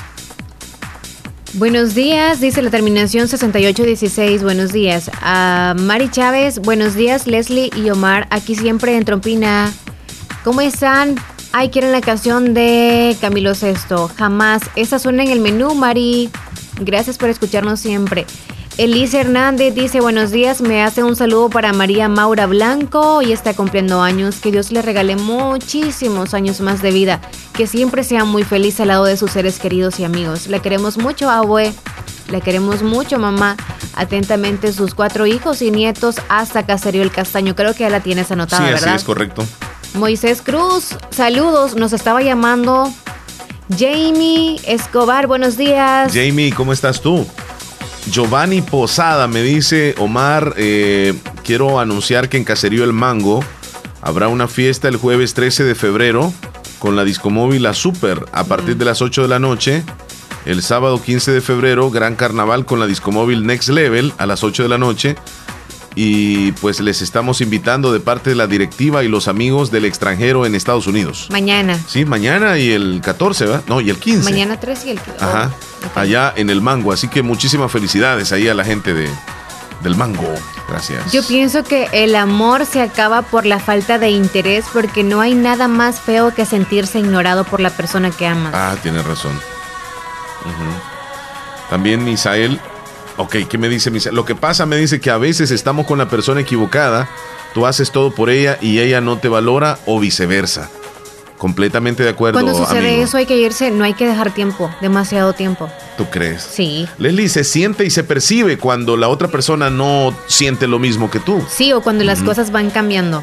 Buenos días, dice la terminación 6816. Buenos días. Mari Chávez, buenos días, Leslie y Omar. Aquí siempre en Trompina. ¿Cómo están? Ay, quieren la canción de Camilo Sesto. Jamás. Esa suena en el menú, Mari. Gracias por escucharnos siempre. Elise Hernández dice, buenos días, me hace un saludo para María Maura Blanco y está cumpliendo años, que Dios le regale muchísimos años más de vida, que siempre sea muy feliz al lado de sus seres queridos y amigos. La queremos mucho, abue, la queremos mucho, mamá. Atentamente sus 4 hijos y nietos hasta Caserío el Castaño. Creo que ya la tienes anotada, ¿verdad? Sí, así es, correcto. Moisés Cruz, saludos, nos estaba llamando Jamie Escobar, buenos días. Jamie, ¿cómo estás tú? Giovanni Posada me dice, Omar, quiero anunciar que en Caserío El Mango habrá una fiesta el jueves 13 de febrero con la discomóvil La Super a partir de las 8 de la noche. El sábado 15 de febrero, gran carnaval con la discomóvil Next Level a las 8 de la noche. Y pues les estamos invitando de parte de la directiva y los amigos del extranjero en Estados Unidos. Mañana. Sí, mañana y el 14, ¿verdad? No, y el 15. Mañana 3 y el 15. Ajá, okay. Allá en el Mango. Así que muchísimas felicidades ahí a la gente del Mango. Gracias. Yo pienso que el amor se acaba por la falta de interés, porque no hay nada más feo que sentirse ignorado por la persona que amas. Ah, tienes razón. También Misael Ok, ¿qué me dice? Lo que pasa, me dice que a veces estamos con la persona equivocada, tú haces todo por ella y ella no te valora o viceversa. Completamente de acuerdo, Cuando sucede amigo. eso hay que irse, no hay que dejar tiempo, demasiado tiempo. ¿Tú crees? Sí. Leslie, se siente y se percibe cuando la otra persona no siente lo mismo que tú. Sí, o cuando las cosas van cambiando.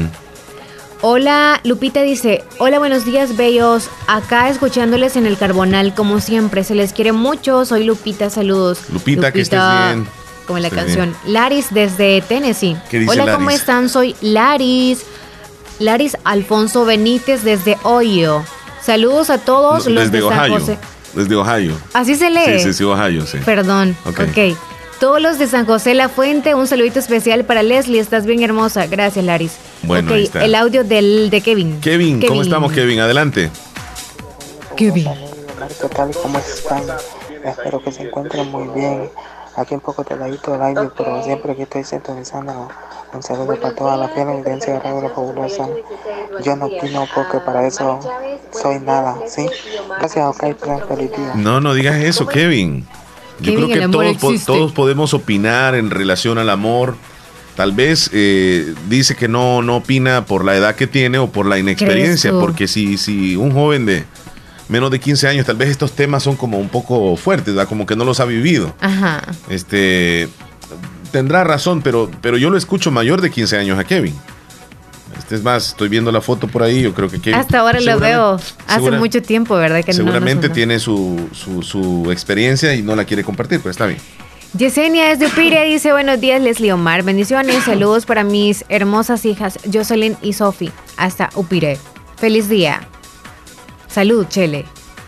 Hola, Lupita dice, hola, buenos días, bellos. Acá escuchándoles en el Carbonal, como siempre. Se les quiere mucho. Soy Lupita, saludos. Lupita, que estés bien. Como en la Estés canción. bien. Laris desde Tennessee. ¿Qué dice hola, Laris? ¿cómo están? Soy Laris. Laris Alfonso Benítez desde Ohio. Saludos a todos los de San Ohio. José. Desde Ohio. ¿Así se lee? Sí, Ohio, sí. Perdón. Ok. Ok. Todos los de San José La Fuente, un saludito especial para Leslie. Estás bien hermosa. Gracias, Laris. Bueno, ok, ahí está. El audio de Kevin. Kevin, ¿cómo estamos, Kevin? Adelante. Kevin. ¿Qué tal? ¿Cómo están? Espero que se encuentren muy bien. Aquí un poco teladito el aire, pero siempre que estoy sintonizando, un saludo para toda la fiel audiencia de Radio La Fabulosa. Yo no opino porque para eso soy nada, ¿sí? Gracias, ok, feliz día. No digas eso, Kevin. Yo Kevin, creo que todos podemos opinar en relación al amor. Tal vez dice que no opina por la edad que tiene o por la inexperiencia, porque si un joven de menos de 15 años, tal vez estos temas son como un poco fuertes, ¿verdad? Como que no los ha vivido. Ajá. Tendrá razón, pero yo lo escucho mayor de 15 años a Kevin. Es más, estoy viendo la foto por ahí, yo creo que Kevin... Hasta ahora lo veo hace mucho tiempo, ¿verdad? Que seguramente no tiene su experiencia y no la quiere compartir, pero está bien. Yesenia es de Upire, dice, buenos días, Leslie Omar. Bendiciones, saludos para mis hermosas hijas, Jocelyn y Sophie, hasta Upire. Feliz día. Salud, Chele.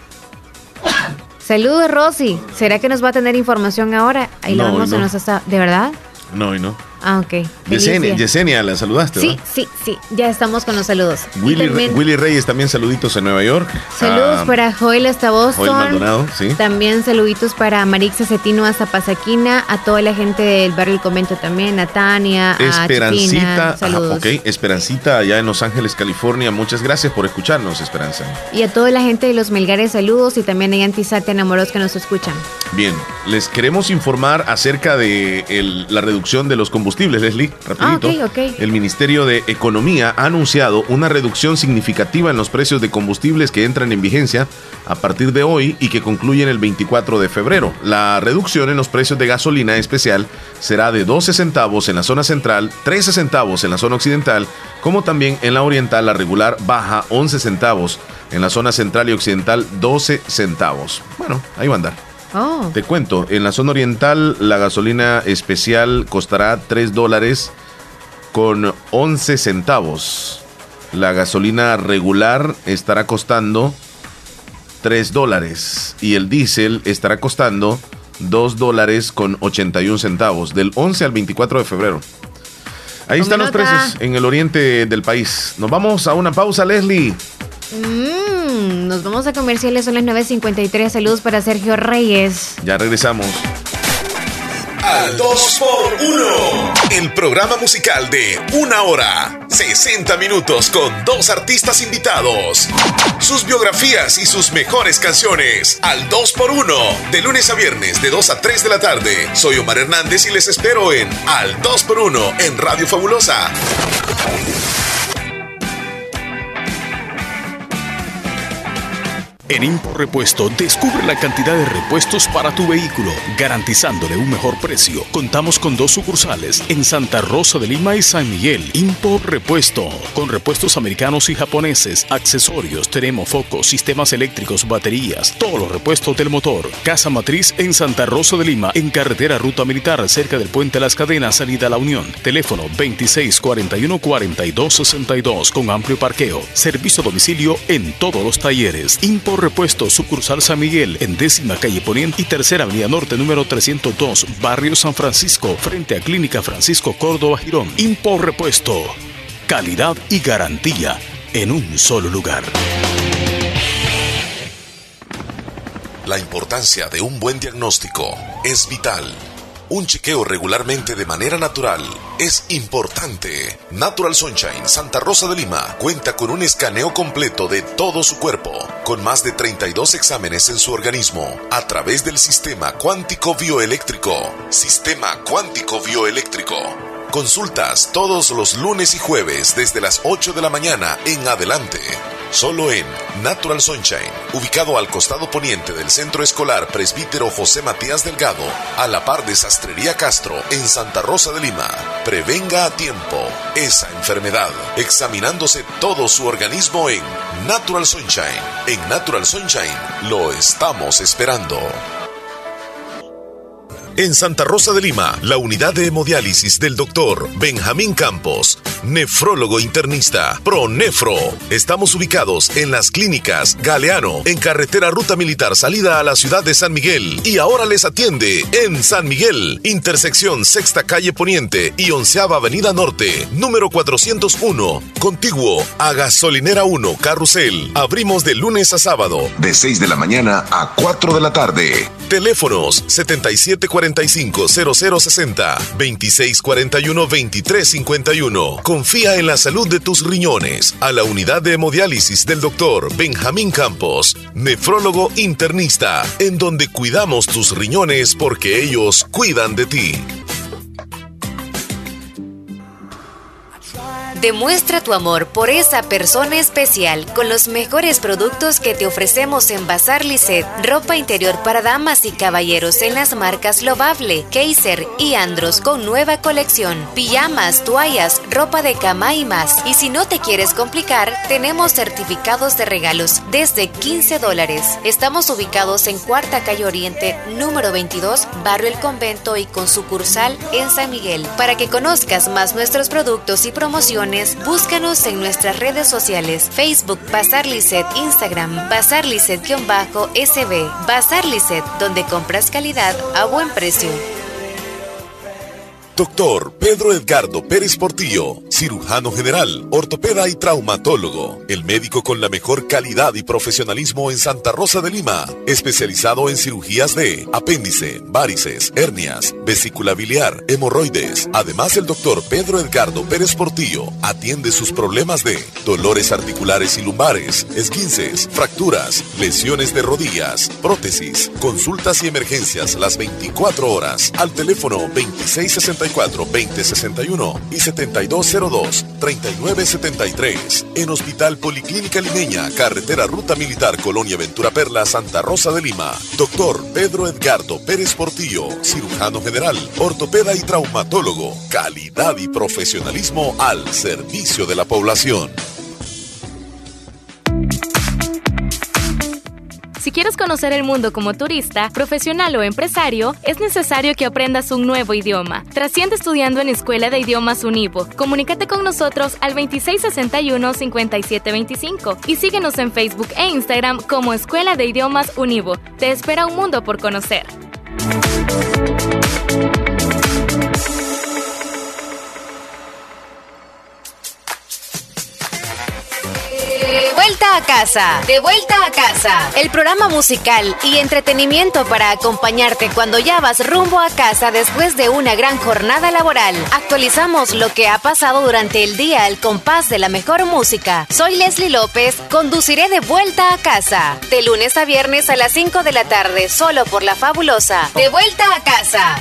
Saludos, Rosy. ¿Será que nos va a tener información ahora? Ahí la vemos, nos está... ¿De verdad? No, y no. Ah, ok. Yesenia, ¿la saludaste? Sí, ¿verdad? sí. Ya estamos con los saludos. Willy Reyes, también saluditos en Nueva York. Saludos para Joel hasta Boston. Joel Maldonado, sí. También saluditos para Marixa Cetino hasta Pasaquina. A toda la gente del barrio El Convento también. A Tania, Esperancita, a Chipina. Saludos. Esperancita allá en Los Ángeles, California. Muchas gracias por escucharnos, Esperanza. Y a toda la gente de Los Melgares, saludos. Y también hay Antizate enamorados que nos escuchan. Bien, les queremos informar acerca de la reducción de los combustibles, Leslie. Rapidito. Okay. El Ministerio de Economía ha anunciado una reducción significativa en los precios de combustibles que entran en vigencia a partir de hoy y que concluyen el 24 de febrero. La reducción en los precios de gasolina especial será de 12 centavos en la zona central, 13 centavos en la zona occidental, como también en la oriental la regular baja 11 centavos, en la zona central y occidental 12 centavos. Bueno, ahí va a andar. Oh. Te cuento, en la zona oriental la gasolina especial costará $3 con 11 centavos. La gasolina regular estará costando $3 y el diésel estará costando $2 con 81 centavos del 11 al 24 de febrero. Ahí están los precios en el oriente del país. Nos vamos a una pausa, Leslie. Nos vamos a comerciales, son las 9:53. Saludos para Sergio Reyes. Ya regresamos. Al 2x1, el programa musical de 1 hora, 60 minutos con 2 artistas invitados. Sus biografías y sus mejores canciones. Al 2x1, de lunes a viernes de 2 a 3 de la tarde. Soy Omar Hernández y les espero en Al 2x1 en Radio Fabulosa. En Impor Repuesto, descubre la cantidad de repuestos para tu vehículo, garantizándole un mejor precio. Contamos con 2 sucursales, en Santa Rosa de Lima y San Miguel. Impor Repuesto, con repuestos americanos y japoneses, accesorios, termofocos, sistemas eléctricos, baterías, todos los repuestos del motor. Casa Matriz en Santa Rosa de Lima, en carretera Ruta Militar, cerca del Puente Las Cadenas, salida a La Unión. Teléfono 2641-4262, con amplio parqueo. Servicio a domicilio en todos los talleres. Impor Repuesto, sucursal San Miguel, en 10ª calle Poniente y 3ª avenida Norte, número 302, barrio San Francisco, frente a Clínica Francisco Córdoba Girón. Impor Repuesto, calidad y garantía en un solo lugar. La importancia de un buen diagnóstico es vital. un chequeo regularmente de manera natural es importante. Natural Sunshine Santa Rosa de Lima cuenta con un escaneo completo de todo su cuerpo, con más de 32 exámenes en su organismo, a través del sistema cuántico bioeléctrico. Sistema cuántico bioeléctrico. Consultas todos los lunes y jueves desde las 8 de la mañana en adelante. Solo en Natural Sunshine, ubicado al costado poniente del Centro Escolar Presbítero José Matías Delgado, a la par de Sastrería Castro, en Santa Rosa de Lima. Prevenga a tiempo esa enfermedad, examinándose todo su organismo en Natural Sunshine. En Natural Sunshine lo estamos esperando. En Santa Rosa de Lima, la unidad de hemodiálisis del doctor Benjamín Campos, nefrólogo internista, Pronefro. Estamos ubicados en las clínicas Galeano, en carretera Ruta Militar salida a la ciudad de San Miguel. Y ahora les atiende en San Miguel, intersección Sexta Calle Poniente y 11ª Avenida Norte, número 401, contiguo a Gasolinera 1, Carrusel. Abrimos de lunes a sábado, de 6 de la mañana a 4 de la tarde. Teléfonos 7745-0060, 2641-2351. Confía en la salud de tus riñones a la unidad de hemodiálisis del doctor Benjamín Campos, nefrólogo internista, en donde cuidamos tus riñones porque ellos cuidan de ti. Demuestra tu amor por esa persona especial con los mejores productos que te ofrecemos en Bazar Lisset. Ropa interior para damas y caballeros en las marcas Lovable, Kaiser y Andros con nueva colección. Pijamas, toallas, ropa de cama y más. Y si no te quieres complicar, tenemos certificados de regalos desde $15. Estamos ubicados en Cuarta Calle Oriente, número 22, Barrio El Convento y con sucursal en San Miguel. Para que conozcas más nuestros productos y promociones, búscanos en nuestras redes sociales, Facebook Bazar Lisset, Instagram Bazar Lisset-SB. Bazar Lisset, donde compras calidad a buen precio. Doctor Pedro Edgardo Pérez Portillo, cirujano general, ortopeda y traumatólogo, el médico con la mejor calidad y profesionalismo en Santa Rosa de Lima, especializado en cirugías de apéndice, varices, hernias, vesícula biliar, hemorroides. Además, el doctor Pedro Edgardo Pérez Portillo atiende sus problemas de dolores articulares y lumbares, esguinces, fracturas, lesiones de rodillas, prótesis, consultas y emergencias las 24 horas al teléfono 2664-2061 y 7202-3973. En Hospital Policlínica Limeña, carretera Ruta Militar, Colonia Ventura Perla, Santa Rosa de Lima. Doctor Pedro Edgardo Pérez Portillo, cirujano general, ortopeda y traumatólogo. Calidad y profesionalismo al servicio de la población. Si quieres conocer el mundo como turista, profesional o empresario, es necesario que aprendas un nuevo idioma. Trasciende estudiando en Escuela de Idiomas Univo. Comunícate con nosotros al 2661-5725 y síguenos en Facebook e Instagram como Escuela de Idiomas Univo. Te espera un mundo por conocer. De vuelta a casa. El programa musical y entretenimiento para acompañarte cuando ya vas rumbo a casa después de una gran jornada laboral. Actualizamos lo que ha pasado durante el día al compás de la mejor música. Soy Leslie López, conduciré De Vuelta a Casa. De lunes a viernes a las 5 de la tarde, solo por La Fabulosa. De vuelta a casa.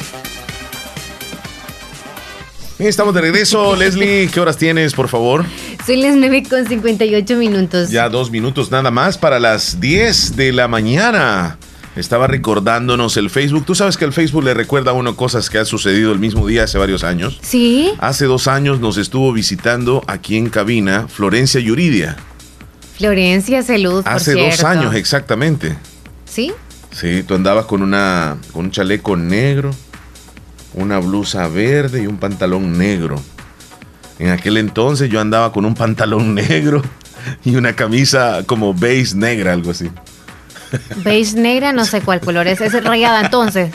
Bien, estamos de regreso. Leslie, ¿qué horas tienes, por favor? Son las 9:58. Ya 2 minutos nada más para las 10 de la mañana. Estaba recordándonos el Facebook. Tú sabes que el Facebook le recuerda a uno cosas que han sucedido el mismo día hace varios años. Sí. Hace 2 años nos estuvo visitando aquí en cabina Florencia Yuridia. Florencia, salud, hace por 2 años exactamente. ¿Sí? Sí, tú andabas con un chaleco negro, una blusa verde y un pantalón negro. En aquel entonces yo andaba con un pantalón negro y una camisa como beige negra, algo así. Beige negra, no sé cuál color es. Es rayada entonces.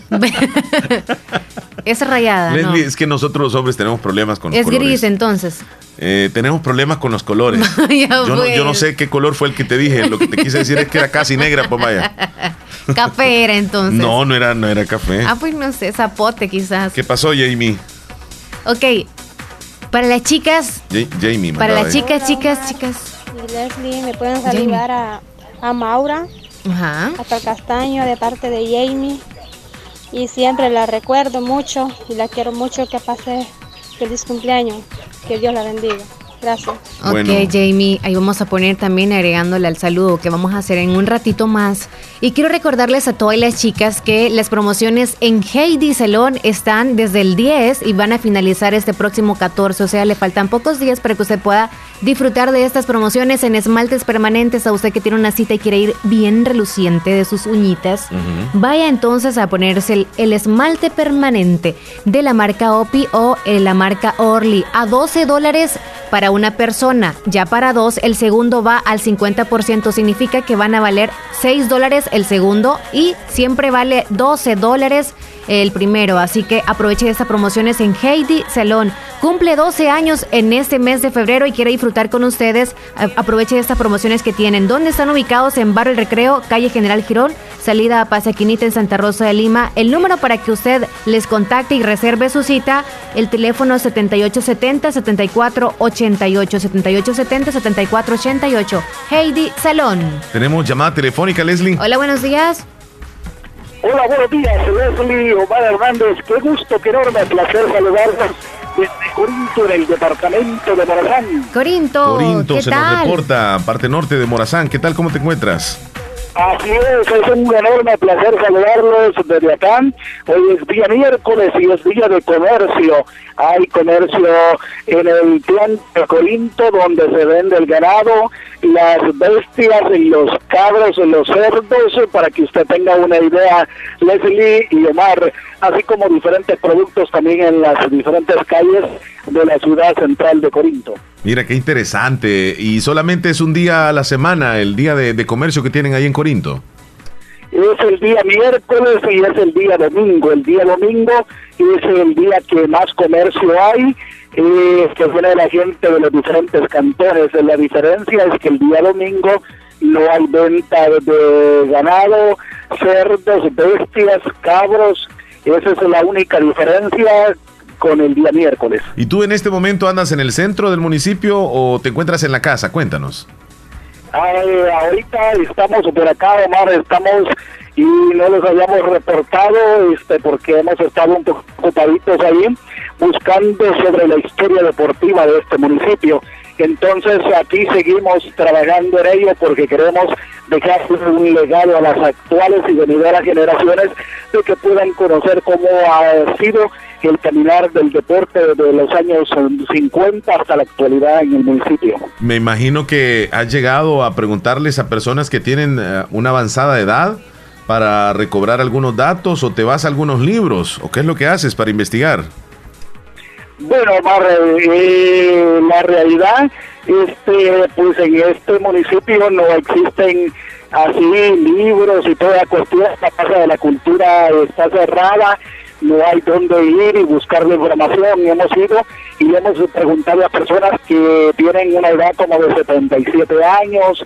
Es rayada, Leslie, ¿no? es que nosotros los hombres tenemos problemas con los es colores. Gris entonces. Tenemos problemas con los colores. Yo no sé qué color fue el que te dije. Lo que te quise decir es que era casi negra, pues vaya. Café era entonces. No era café. Pues no sé, zapote quizás. ¿Qué pasó, Jamie? Ok, para las chicas. Jamie. Para las chicas. Y Leslie, me pueden saludar a Maura, hasta el Castaño, de parte de Jamie. Y siempre la recuerdo mucho y la quiero mucho. Que pase feliz cumpleaños. Que Dios la bendiga. Gracias. Ok, Jamie, ahí vamos a poner también agregándole al saludo que vamos a hacer en un ratito más. Y quiero recordarles a todas las chicas que las promociones en Heidi Salón están desde el 10 y van a finalizar este próximo 14. O sea, le faltan pocos días para que usted pueda disfrutar de estas promociones en esmaltes permanentes. A usted que tiene una cita y quiere ir bien reluciente de sus uñitas, vaya entonces a ponerse el esmalte permanente de la marca Opi o la marca Orly a $12 para una persona. Ya para dos, el segundo va al 50%. Significa que van a valer $6 el segundo y siempre vale $12 el primero. Así que aproveche de estas promociones en Heidi Salón. Cumple 12 años en este mes de febrero y quiere disfrutar con ustedes. Aproveche de estas promociones que tienen. ¿Dónde están ubicados? En Barrio El Recreo, calle General Girón, salida a Pasaquinita en Santa Rosa de Lima. El número para que usted les contacte y reserve su cita, el teléfono 7870-7488, 7870-7488. Heidi Salón. Tenemos llamada telefónica, Leslie. Hola, buenos días. Hola, buenos días, Leslie Omar Hernández. Qué gusto, qué enorme placer saludarlos desde Corinto, en el departamento de Morazán. Corinto, ¿qué se tal? Nos reporta, parte norte de Morazán. ¿Qué tal? ¿Cómo te encuentras? Así es un enorme placer saludarlos desde acá. Hoy es día miércoles y es día de comercio. Hay comercio en el plan de Corinto, donde se vende el ganado, las bestias, los cabros, los cerdos, para que usted tenga una idea, Leslie y Omar, así como diferentes productos también en las diferentes calles de la ciudad central de Corinto. Mira, qué interesante. ¿Y solamente es un día a la semana, el día de comercio que tienen ahí en Corinto? Es el día miércoles y es el día domingo. El día domingo es el día que más comercio hay, que viene la gente de los diferentes cantones. La diferencia es que el día domingo no hay venta de ganado, cerdos, bestias, cabros. Esa es la única diferencia con el día miércoles. ¿Y tú en este momento andas en el centro del municipio o te encuentras en la casa? Cuéntanos. Ahorita estamos por acá, Omar, y no los habíamos reportado porque hemos estado un poco ocupaditos ahí buscando sobre la historia deportiva de este municipio. Entonces aquí seguimos trabajando en ello porque queremos dejar un legado a las actuales y venideras generaciones de que puedan conocer cómo ha sido el caminar del deporte de los años 50 hasta la actualidad en el municipio. Me imagino que has llegado a preguntarles a personas que tienen una avanzada edad para recobrar algunos datos, o te vas a algunos libros, o qué es lo que haces para investigar. Bueno, Omar, la realidad, pues en este municipio no existen así libros y toda cuestión. La Casa de la Cultura está cerrada, no hay dónde ir y buscar la información. Y hemos ido y hemos preguntado a personas que tienen una edad como de 77 años,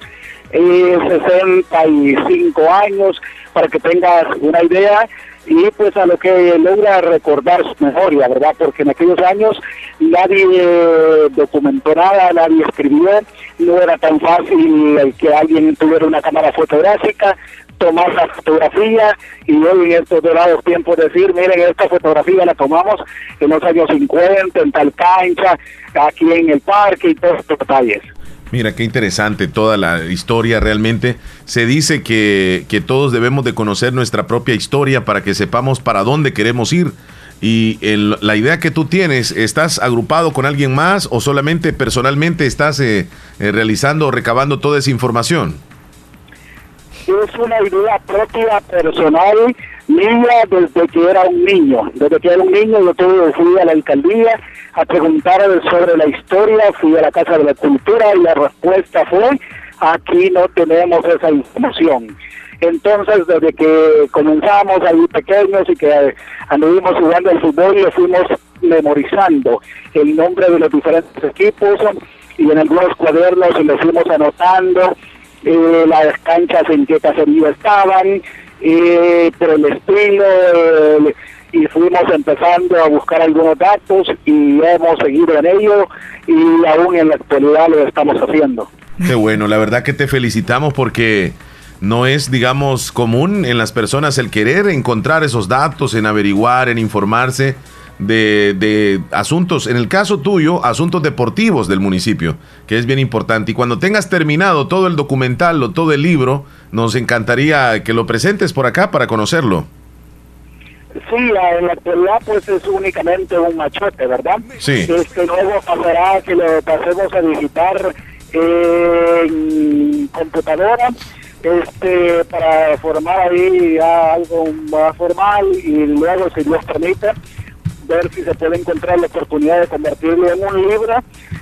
65 años, para que tengas una idea. Y pues a lo que logra recordar su memoria, ¿verdad? Porque en aquellos años nadie documentó nada, nadie escribió, no era tan fácil que alguien tuviera una cámara fotográfica, tomar la fotografía, y hoy en estos dorados tiempos decir, miren, esta fotografía la tomamos en los años 50, en tal cancha, aquí en el parque, y todos estos detalles. Mira, qué interesante toda la historia realmente. Se dice que todos debemos de conocer nuestra propia historia para que sepamos para dónde queremos ir. Y la idea que tú tienes, ¿estás agrupado con alguien más o solamente personalmente estás realizando o recabando toda esa información? Es una idea propia, personal, mía, desde que era un niño. Desde que era un niño yo fui a la alcaldía a preguntar sobre la historia, fui a la Casa de la Cultura y la respuesta fue, aquí no tenemos esa información. Entonces, desde que comenzamos ahí pequeños y que anduvimos jugando al fútbol, lo fuimos memorizando el nombre de los diferentes equipos, y en algunos cuadernos lo fuimos anotando, las canchas en qué caserío estaban, por el estilo, y fuimos empezando a buscar algunos datos y hemos seguido en ello y aún en la actualidad lo estamos haciendo. Qué bueno, la verdad que te felicitamos porque no es, digamos, común en las personas el querer encontrar esos datos, en averiguar, en informarse de asuntos, en el caso tuyo, asuntos deportivos del municipio, que es bien importante. Y cuando tengas terminado todo el documental o todo el libro, nos encantaría que lo presentes por acá para conocerlo. Sí, en la actualidad pues es únicamente un machote, ¿verdad? Sí. Luego pasará que lo pasemos a digitar en computadora, para formar ahí ya algo más formal, y luego, si Dios permite, ver si se puede encontrar la oportunidad de convertirlo en un libro,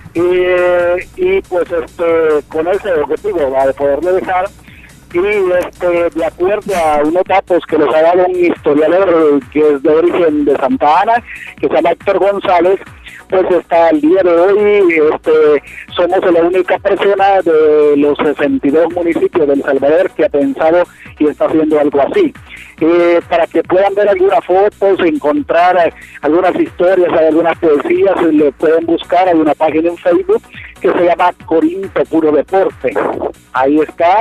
y pues con ese objetivo de poderlo dejar. Y de acuerdo a unos datos que nos ha dado un historiador que es de origen de Santa Ana, que se llama Héctor González, pues hasta el día de hoy somos la única persona de los 62 municipios de El Salvador que ha pensado y está haciendo algo así. Para que puedan ver algunas fotos, encontrar algunas historias, algunas poesías, le pueden buscar. Hay una página en Facebook que se llama Corinto Puro Deporte. Ahí está.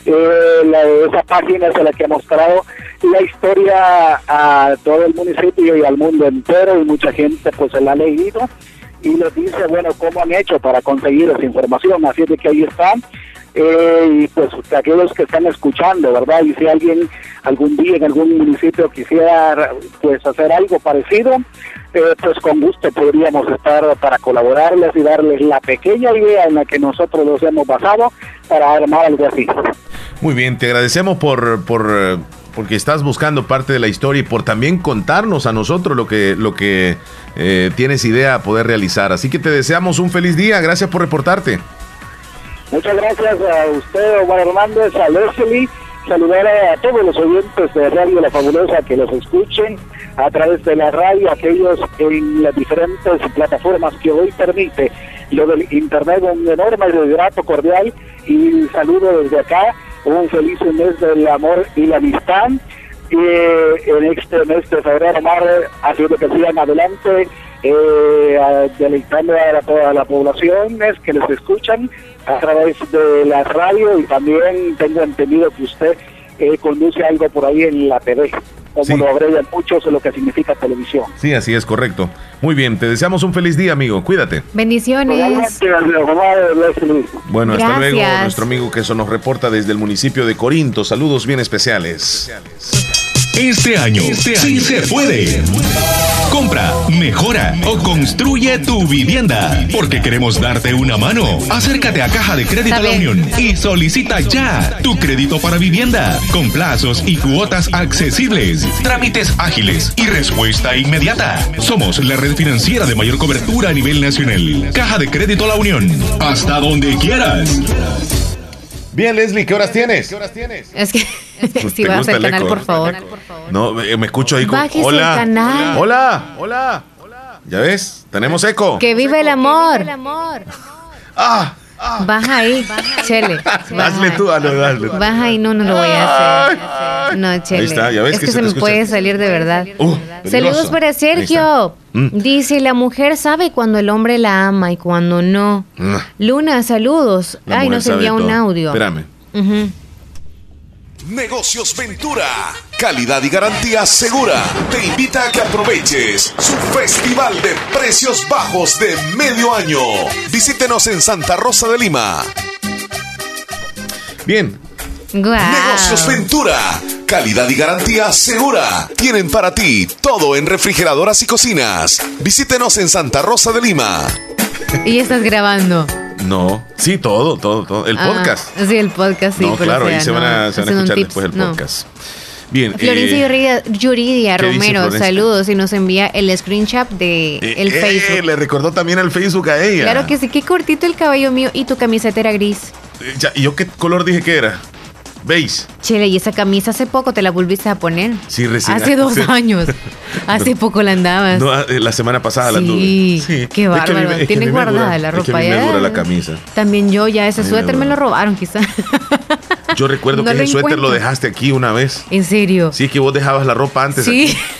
Esa página es la que ha mostrado la historia a todo el municipio y al mundo entero, y mucha gente pues se la ha leído y les dice, bueno, cómo han hecho para conseguir esa información. Así es de que ahí están. Y pues aquellos que están escuchando, ¿verdad? Y si alguien algún día en algún municipio quisiera pues hacer algo parecido, pues con gusto podríamos estar para colaborarles y darles la pequeña idea en la que nosotros los hemos basado para armar algo así. Muy bien, te agradecemos porque estás buscando parte de la historia y por también contarnos a nosotros lo que tienes idea de poder realizar. Así que te deseamos un feliz día. Gracias por reportarte. Muchas gracias a usted, Omar Hernández, a Leslie. Saludar a todos los oyentes de Radio La Fabulosa que los escuchen a través de la radio, aquellos en las diferentes plataformas que hoy permite lo del internet. Un enorme y grato cordial y saludo desde acá. Un feliz mes del amor y la amistad. Y en este mes de febrero, Omar, haciendo que sigan adelante, deleitando a toda la población que les escuchan a través de la radio, y también tengo entendido que usted conduce algo por ahí en la TV, como sí, lo agregan muchos lo que significa televisión. Sí, así es, correcto. Muy bien, te deseamos un feliz día, amigo. Cuídate. Bendiciones. Bueno, hasta luego, nuestro amigo que eso nos reporta desde el municipio de Corinto. Saludos bien especiales. Este año sí se puede. Compra, mejora o construye tu vivienda, porque queremos darte una mano. Acércate a Caja de Crédito La Unión y solicita ya tu crédito para vivienda, con plazos y cuotas accesibles, trámites ágiles y respuesta inmediata. Somos la red financiera de mayor cobertura a nivel nacional. Caja de Crédito La Unión, hasta donde quieras. Bien, Leslie, ¿qué horas tienes? Es que si vas al canal, por favor. No, me escucho ahí con... Bájese el canal. Hola. ¿Ya ves? Tenemos eco. ¡Que vive el amor! Baja ahí, Chele. Hazle tú, hazle. Baja ahí, no lo voy a hacer. No, Chele. Ahí está, ya ves es que se me puede salir de verdad. Saludos para Sergio. Dice, la mujer sabe cuando el hombre la ama y cuando no. Luna, saludos. Ay, nos envía un audio. Espérame. Negocios Ventura, calidad y garantía segura, te invita a que aproveches su festival de precios bajos de medio año. Visítenos en Santa Rosa de Lima. Bien. Wow. Negocios Ventura, calidad y garantía segura. Tienen para ti todo en refrigeradoras y cocinas. Visítenos en Santa Rosa de Lima. ¿Y estás grabando? No, sí, todo. El podcast. Sí, el podcast, sí. No, claro, ahí se van a escuchar después el podcast. Bien. Florencia Yuridia Romero, saludos, y nos envía el screenshot de el Facebook. Le recordó también al Facebook a ella. Claro que sí, qué cortito el cabello mío, y tu camiseta era gris. ¿Y yo qué color dije que era? ¿Veis? Chele, y esa camisa hace poco te la volviste a poner. Sí, recién. Hace 2 años. Hace poco la andabas. No, la semana pasada la anduve. Sí, qué bárbaro. Tienes guardada la ropa. Es que a mí me dura la camisa. También yo, ya ese suéter me lo robaron quizás. Yo recuerdo que ese suéter lo dejaste aquí una vez. ¿En serio? Sí, que vos dejabas la ropa antes. Sí. Aquí.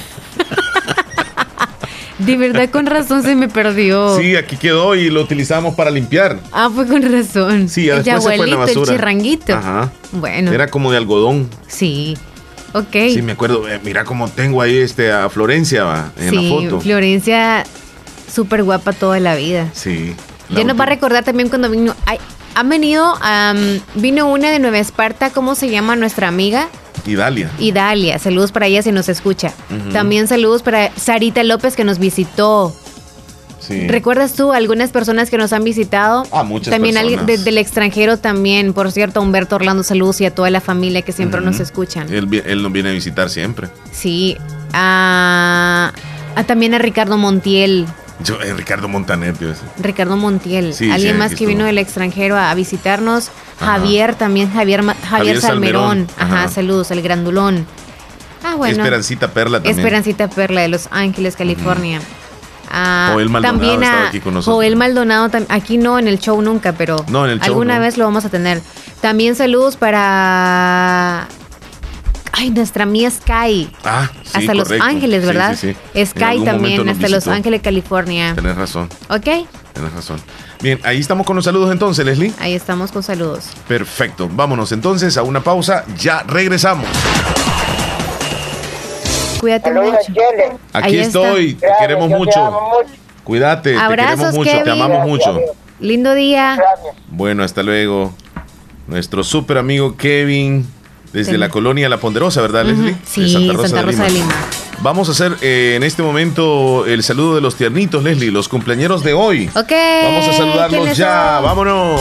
De verdad, con razón se me perdió. Sí, aquí quedó y lo utilizamos para limpiar. Ah, fue con razón. Sí, después se fue en la basura. El chirranguito. Ajá. Bueno. Era como de algodón. Sí. Ok. Sí, me acuerdo. Mira cómo tengo ahí a Florencia en la foto. Florencia, súper guapa toda la vida. Sí. Ya nos va a recordar también cuando vino. Vino una de Nueva Esparta. ¿Cómo se llama nuestra amiga? Idalia, saludos para ella si nos escucha. También saludos para Sarita López que nos visitó. Sí. ¿Recuerdas tú algunas personas que nos han visitado? Muchas también personas. Alguien del extranjero también, por cierto, Humberto Orlando, saludos y a toda la familia que siempre nos escuchan. Él nos viene a visitar siempre. Sí. También a Ricardo Montiel. Ricardo Montaner, tío. Ricardo Montiel. Sí, Alguien más que vino del extranjero a visitarnos. Javier también, Javier Salmerón. Ajá, saludos, el grandulón. Bueno. Esperancita Perla también. Esperancita Perla de Los Ángeles, California. Joel Maldonado también estaba aquí con nosotros. Joel Maldonado, aquí no en el show nunca, pero no, en el show alguna vez lo vamos a tener. También saludos para nuestra amiga Sky. Sí, hasta correcto. Los Ángeles, ¿verdad? Sí. Sky también, hasta Los Ángeles, California. Tenés razón. ¿Ok? Tenés razón. Bien, ahí estamos con los saludos entonces, Leslie. Ahí estamos con saludos. Perfecto. Vámonos entonces a una pausa. Ya regresamos. Cuídate mucho. Aquí estoy. Te queremos mucho. Cuídate. Abrazos, te queremos mucho. Kevin. Te amamos mucho. Lindo día. Bueno, hasta luego. Nuestro súper amigo Kevin, desde la colonia La Ponderosa, ¿verdad, Leslie? Sí, de Santa Rosa de Lima. Vamos a hacer en este momento el saludo de los tiernitos, Leslie, los cumpleañeros de hoy. Ok. Vamos a saludarlos ya. ¡Vámonos!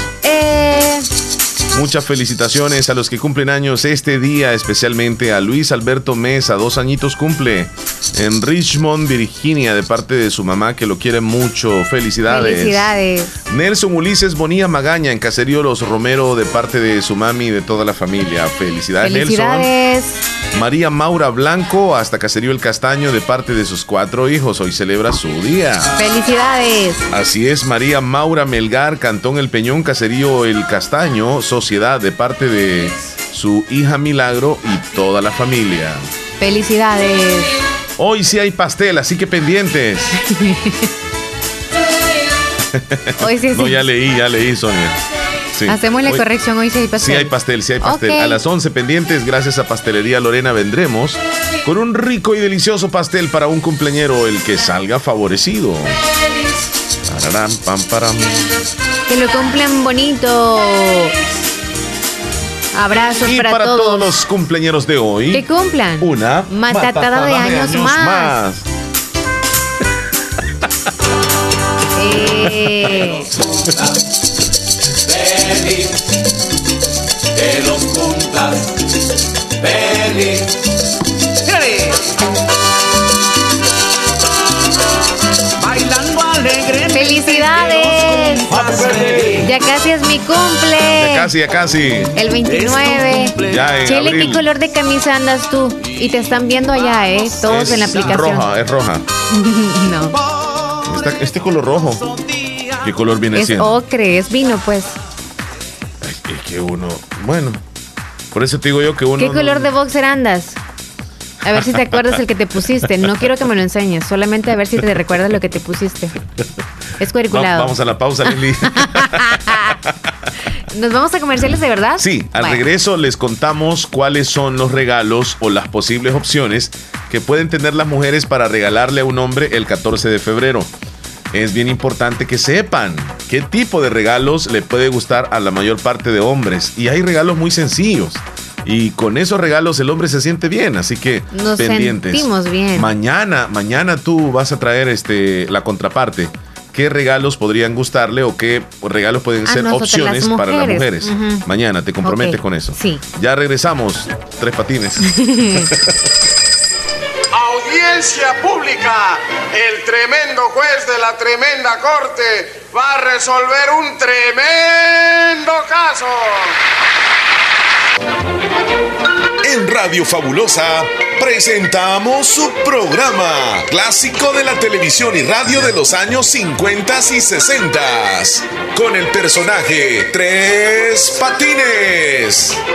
Muchas felicitaciones a los que cumplen años este día, especialmente a Luis Alberto Mesa, 2 añitos cumple, en Richmond, Virginia, de parte de su mamá, que lo quiere mucho. Felicidades. Felicidades. Nelson Ulises Bonilla Magaña, en Caserío Los Romero, de parte de su mami y de toda la familia. Felicidades, Felicidades. Nelson. María Maura Blanco, hasta Caserío El Castaño, de parte de sus 4 hijos. Hoy celebra su día. Felicidades. Así es, María Maura Melgar, Cantón El Peñón, Caserío El Castaño, Sociedad, de parte de su hija Milagro y toda la familia. Felicidades. Hoy sí hay pastel, así que pendientes. Hoy sí. No, ya leí, Sonia. Sí. Hacemos la corrección, hoy sí hay pastel. Sí hay pastel, sí hay pastel. Okay. A las 11 pendientes, gracias a Pastelería Lorena, vendremos con un rico y delicioso pastel para un cumpleañero, el que salga favorecido. Pararam, pam, param. Que lo cumplan bonito. Abrazos y para todos los cumpleañeros de hoy. Que cumplan una matatada de años más. Feliz, que los cumplas feliz. Bailando alegre. Felicidades. Ya casi es mi cumple. Ya casi. El 29. Chele, ¿qué color de camisa andas tú? Y te están viendo allá, todos en la aplicación. Es roja. No. Este color rojo. ¿Qué color viene siendo? Es ocre, es vino, pues. Es que uno... Bueno, por eso te digo yo que uno... ¿Qué color de boxer andas? A ver si te acuerdas el que te pusiste. No quiero que me lo enseñes, solamente a ver si te recuerdas lo que te pusiste. Es cuadriculado. Vamos a la pausa, Lili. ¿Nos vamos a comerciales de verdad? Sí, al regreso les contamos cuáles son los regalos o las posibles opciones que pueden tener las mujeres para regalarle a un hombre el 14 de febrero. Es bien importante que sepan qué tipo de regalos le puede gustar a la mayor parte de hombres. Y hay regalos muy sencillos. Y con esos regalos el hombre se siente bien. Así que nos pendientes. Sentimos bien. Mañana tú vas a traer la contraparte. ¿Qué regalos podrían gustarle o qué regalos pueden ser opciones para las mujeres? Mañana te comprometes con eso. Sí. Ya regresamos. 3 patines. Audiencia pública. El tremendo juez de la tremenda corte va a resolver un tremendo caso. En Radio Fabulosa presentamos su programa clásico de la televisión y radio de los años 50 y 60 con el personaje Tres Patines.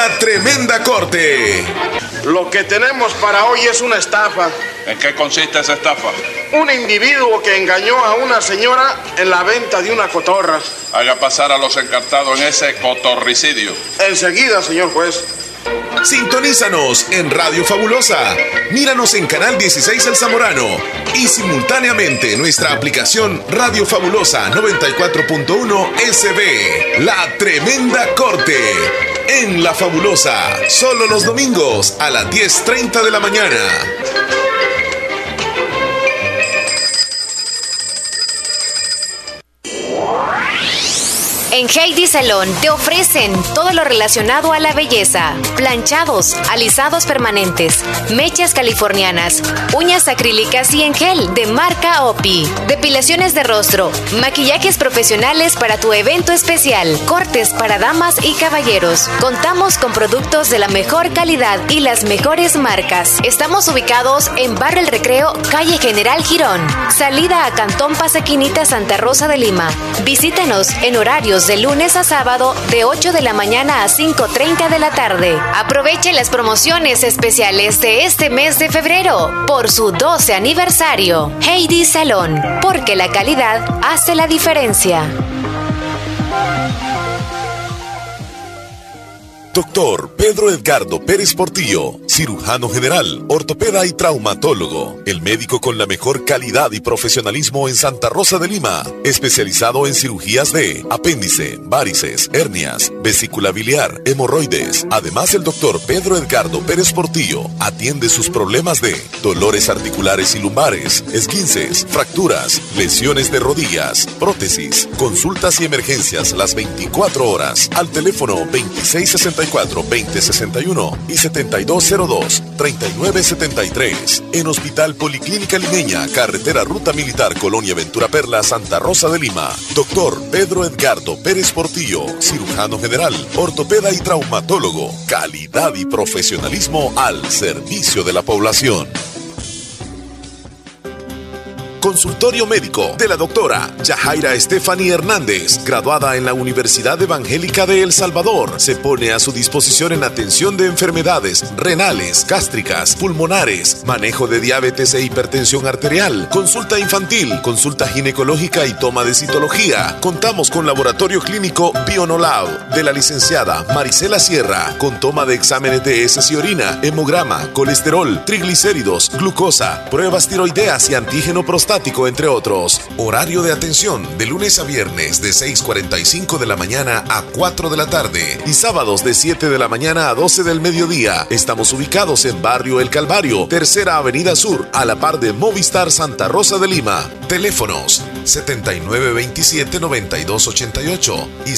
La Tremenda Corte. Lo que tenemos para hoy es una estafa. ¿En qué consiste esa estafa? Un individuo que engañó a una señora en la venta de una cotorra. Haga pasar a los encartados en ese cotorricidio. Enseguida, señor juez. Sintonízanos en Radio Fabulosa. Míranos en Canal 16 El Zamorano y simultáneamente en nuestra aplicación Radio Fabulosa 94.1 SB. La Tremenda Corte. En La Fabulosa, solo los domingos a las 10:30 de la mañana. En Heidi Salón te ofrecen todo lo relacionado a la belleza: planchados, alisados permanentes, mechas californianas, uñas acrílicas y en gel de marca OPI, depilaciones de rostro, maquillajes profesionales para tu evento especial, cortes para damas y caballeros. Contamos con productos de la mejor calidad y las mejores marcas. Estamos ubicados en Barrio El Recreo, calle General Girón, salida a Cantón Pasequinita, Santa Rosa de Lima. Visítanos en horarios de lunes a sábado de 8 de la mañana a 5:30 de la tarde. Aproveche las promociones especiales de este mes de febrero por su 12 aniversario. Heidi Salón, porque la calidad hace la diferencia. Doctor Pedro Edgardo Pérez Portillo, cirujano general, ortopeda y traumatólogo, el médico con la mejor calidad y profesionalismo en Santa Rosa de Lima, especializado en cirugías de apéndice, varices, hernias, vesícula biliar, hemorroides. Además, el doctor Pedro Edgardo Pérez Portillo atiende sus problemas de dolores articulares y lumbares, esguinces, fracturas, lesiones de rodillas, prótesis, consultas y emergencias las 24 horas al teléfono 2664-2061 y 7202-3973. En Hospital Policlínica Limeña, carretera Ruta Militar, Colonia Ventura Perla, Santa Rosa de Lima. Doctor Pedro Edgardo Pérez Portillo, cirujano general, ortopeda y traumatólogo. Calidad y profesionalismo al servicio de la población. Consultorio médico de la doctora Yajaira Stephanie Hernández, graduada en la Universidad Evangélica de El Salvador. Se pone a su disposición en atención de enfermedades renales, gástricas, pulmonares, manejo de diabetes e hipertensión arterial, consulta infantil, consulta ginecológica y toma de citología. Contamos con laboratorio clínico Bionolab de la licenciada Marisela Sierra, con toma de exámenes de heces y orina, hemograma, colesterol, triglicéridos, glucosa, pruebas tiroideas y antígeno prostático, entre otros. Horario de atención de lunes a viernes de 6:45 de la mañana a 4 de la tarde y sábados de 7 de la mañana a 12 del mediodía. Estamos ubicados en Barrio El Calvario, Tercera Avenida Sur, a la par de Movistar Santa Rosa de Lima. Teléfonos 7927-9288 y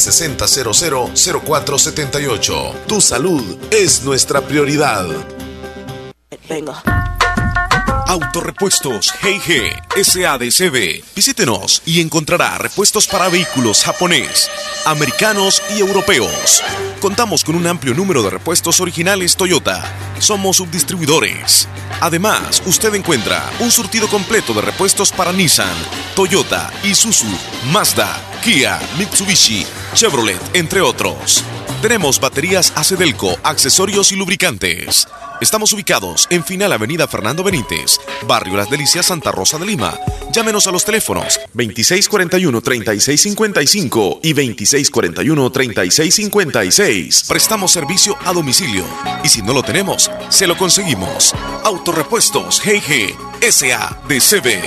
6000-0478. Tu salud es nuestra prioridad. Venga. Autorepuestos G&G SADCB. Visítenos y encontrará repuestos para vehículos japonés, americanos y europeos. Contamos con un amplio número de repuestos originales Toyota. Somos subdistribuidores. Además, usted encuentra un surtido completo de repuestos para Nissan, Toyota, Isuzu, Mazda, Kia, Mitsubishi, Chevrolet, entre otros. Tenemos baterías Acedelco, accesorios y lubricantes. Estamos ubicados en Final Avenida Fernando Benítez, Barrio Las Delicias, Santa Rosa de Lima. Llámenos a los teléfonos 2641-3655 y 2641-3656. Prestamos servicio a domicilio y si no lo tenemos, se lo conseguimos. Autorepuestos G&G SADCB.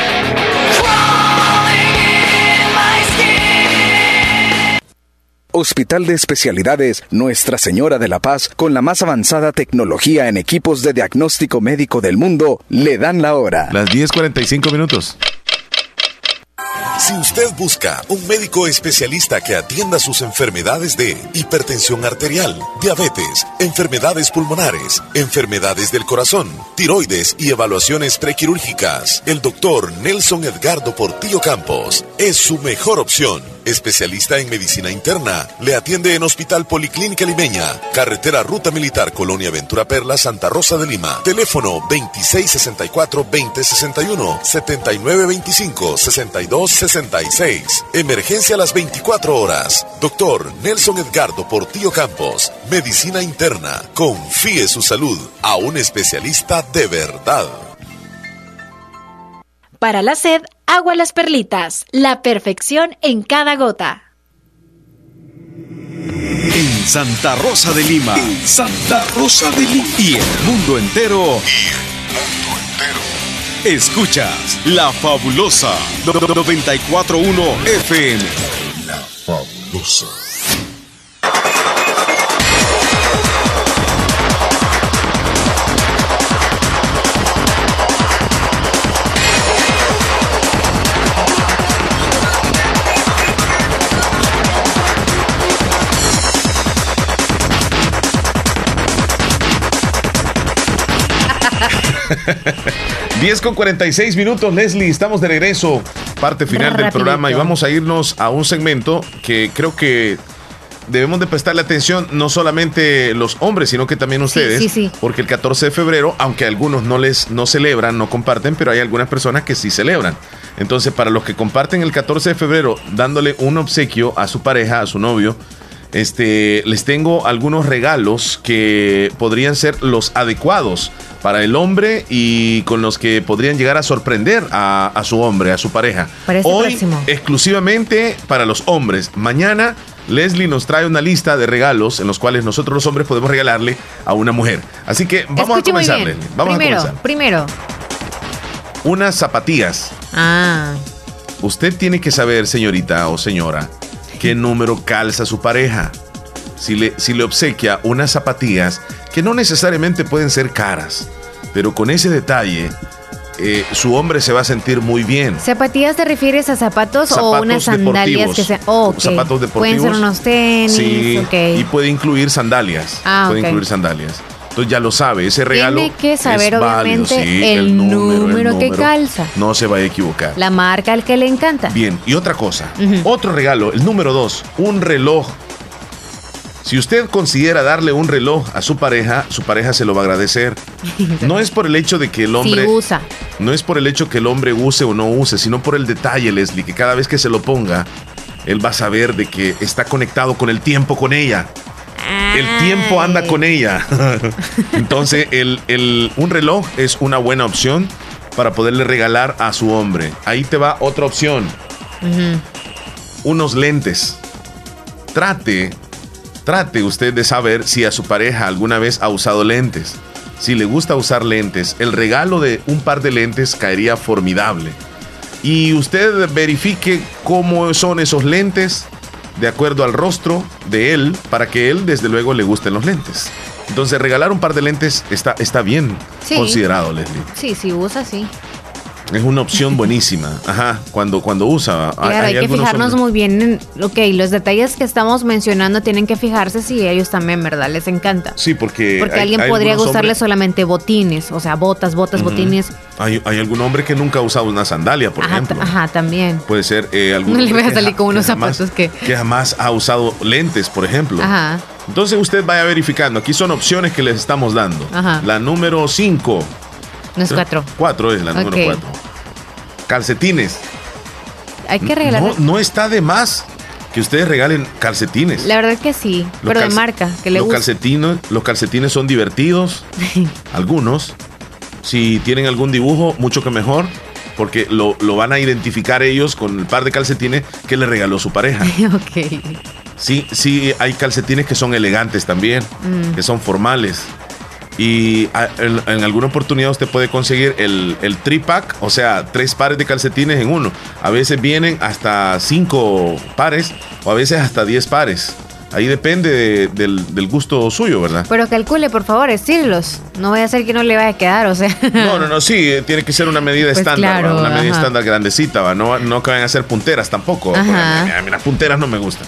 Hospital de Especialidades Nuestra Señora de la Paz, con la más avanzada tecnología en equipos de diagnóstico médico del mundo, le dan la hora. Las 10:45. Si usted busca un médico especialista que atienda sus enfermedades de hipertensión arterial, diabetes, enfermedades pulmonares, enfermedades del corazón, tiroides y evaluaciones prequirúrgicas, el doctor Nelson Edgardo Portillo Campos es su mejor opción. especialista en medicina interna. Le atiende en Hospital Policlínica Limeña, carretera Ruta Militar, Colonia Ventura Perla, Santa Rosa de Lima. Teléfono 2664-2061, 7925-6266. Emergencia a las 24 horas. Doctor Nelson Edgardo Portillo Campos. Medicina interna. Confíe su salud a un especialista de verdad. Para la sed, agua Las Perlitas. La perfección en cada gota. En Santa Rosa de Lima. Y el mundo entero. Escuchas La Fabulosa 94.1 FM. La Fabulosa. Diez con 46 minutos, Leslie, estamos de regreso, parte final del programa, y vamos a irnos a un segmento que creo que debemos de prestarle atención, no solamente los hombres, sino que también ustedes, porque el 14 de febrero, aunque algunos no celebran, no comparten, pero hay algunas personas que sí celebran. Entonces, para los que comparten el 14 de febrero, dándole un obsequio a su pareja, a su novio, les tengo algunos regalos que podrían ser los adecuados para el hombre y con los que podrían llegar a sorprender a su hombre, a su pareja. Hoy, exclusivamente para los hombres. Mañana, Leslie nos trae una lista de regalos en los cuales nosotros los hombres podemos regalarle a una mujer. Así que vamos a comenzar, Leslie. Vamos a comenzar. Primero. Unas zapatillas. Usted tiene que saber, señorita o señora, qué número calza su pareja. Si le obsequia unas zapatillas que no necesariamente pueden ser caras, pero con ese detalle, su hombre se va a sentir muy bien. ¿Zapatillas te refieres a zapatos o unas sandalias que sean? Zapatos deportivos. Pueden ser unos tenis. Sí, y puede incluir sandalias. Entonces ya lo sabe, ese regalo tiene que saber es obviamente válido, el número que calza. No se vaya a equivocar. La marca al que le encanta. Bien, y otra cosa, otro regalo, el número 2, un reloj. Si usted considera darle un reloj a su pareja se lo va a agradecer. No es por el hecho de que el hombre usa. No es por el hecho que el hombre use o no use, sino por el detalle, Leslie, que cada vez que se lo ponga, él va a saber de que está conectado con el tiempo con ella. El tiempo anda con ella. Entonces, un reloj es una buena opción para poderle regalar a su hombre. Ahí te va otra opción. Unos lentes. Trate usted de saber si a su pareja alguna vez ha usado lentes. Si le gusta usar lentes, el regalo de un par de lentes caería formidable. Y usted verifique cómo son esos lentes de acuerdo al rostro de él, para que él desde luego le gusten los lentes. Entonces regalar un par de lentes está bien considerado, Leslie. Sí, usa, sí. Es una opción buenísima. Cuando usa. Claro, hay que fijarnos muy bien en los detalles que estamos mencionando. Tienen que fijarse si ellos también, ¿verdad? Les encanta. Sí, porque a alguien podría gustarle solamente botines, o sea, botas, botines. Hay algún hombre que nunca ha usado una sandalia, por ejemplo. También. Puede ser algún hombre le voy a salir con unos zapatos que jamás ha usado lentes, por ejemplo. Entonces usted vaya verificando. Aquí son opciones que les estamos dando. La número 5. No es 4. 4 es la número 4. Calcetines. Hay que regalar. No está de más que ustedes regalen calcetines. La verdad que sí, pero de marca, que le gusta. Los calcetines son divertidos. Algunos. Si tienen algún dibujo, mucho que mejor. Porque lo van a identificar ellos con el par de calcetines que le regaló su pareja. Sí, hay calcetines que son elegantes también, que son formales. Y en alguna oportunidad usted puede conseguir el 3-pack, o sea, 3 pares de calcetines en uno. A veces vienen hasta 5 pares o a veces hasta 10 pares. Ahí depende del gusto suyo, ¿verdad? Pero calcule, por favor, estírelos. No vaya a ser que no le vaya a quedar, o sea. No, sí, tiene que ser una medida estándar, claro, una medida estándar grandecita, ¿va? No que vayan a ser punteras tampoco. A mí las punteras no me gustan.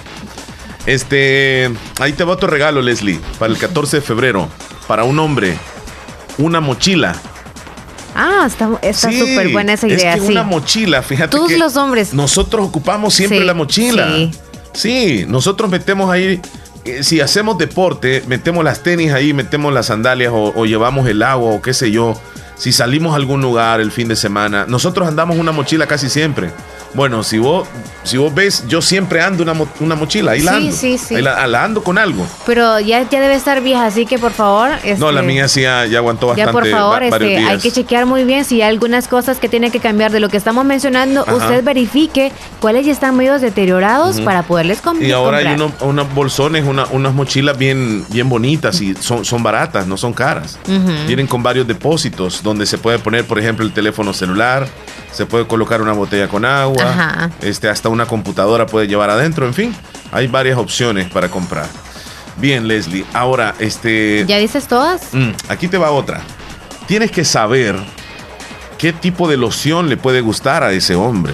Ahí te va otro regalo, Leslie, para el 14 de febrero. Para un hombre, una mochila. Está súper buena esa idea. Es que una mochila, fíjate. Todos que los hombres. Nosotros ocupamos siempre la mochila. Sí, nosotros metemos ahí. Si hacemos deporte, metemos las tenis ahí, metemos las sandalias o llevamos el agua o qué sé yo. Si salimos a algún lugar el fin de semana, nosotros andamos una mochila casi siempre. Bueno, si vos ves, yo siempre ando una mochila, ahí la ando. Sí. Ahí la ando con algo. Pero ya debe estar vieja, así que por favor. No, la mía sí ya aguantó bastante. Ya por favor, varios días. hay que chequear muy bien si hay algunas cosas que tiene que cambiar de lo que estamos mencionando. Usted verifique cuáles ya están medio deteriorados para poderles comprar. Y ahora hay unos bolsones, unas mochilas bien bonitas y son baratas, no son caras. Vienen con varios depósitos donde se puede poner, por ejemplo, el teléfono celular, se puede colocar una botella con agua. Hasta una computadora puede llevar adentro, en fin, hay varias opciones para comprar. Bien, Leslie, ahora ¿ya dices todas? Aquí te va otra. Tienes que saber qué tipo de loción le puede gustar a ese hombre.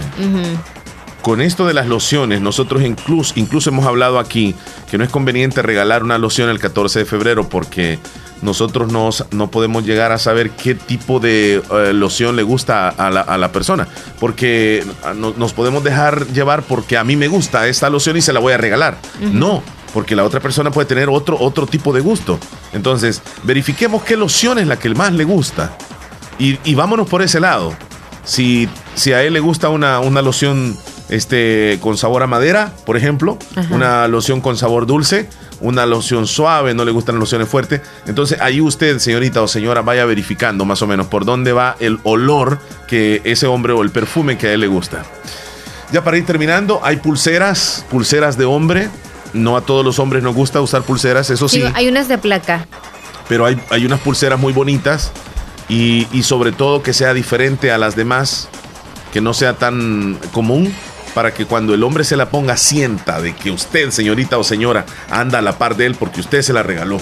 Con esto de las lociones, nosotros incluso hemos hablado aquí que no es conveniente regalar una loción el 14 de febrero porque nosotros no podemos llegar a saber qué tipo de loción le gusta a la persona, porque nos podemos dejar llevar porque a mí me gusta esta loción y se la voy a regalar. No, porque la otra persona puede tener otro tipo de gusto. Entonces, verifiquemos qué loción es la que más le gusta y vámonos por ese lado. Si a él le gusta una loción con sabor a madera, por ejemplo, una loción con sabor dulce, una loción suave, no le gustan las lociones fuertes, entonces ahí usted, señorita o señora, vaya verificando más o menos por dónde va el olor que ese hombre o el perfume que a él le gusta. Ya para ir terminando, hay pulseras de hombre. No a todos los hombres nos gusta usar pulseras, eso sí. Hay unas de placa. Pero hay unas pulseras muy bonitas y sobre todo que sea diferente a las demás, que no sea tan común, para que cuando el hombre se la ponga sienta de que usted, señorita o señora, anda a la par de él porque usted se la regaló.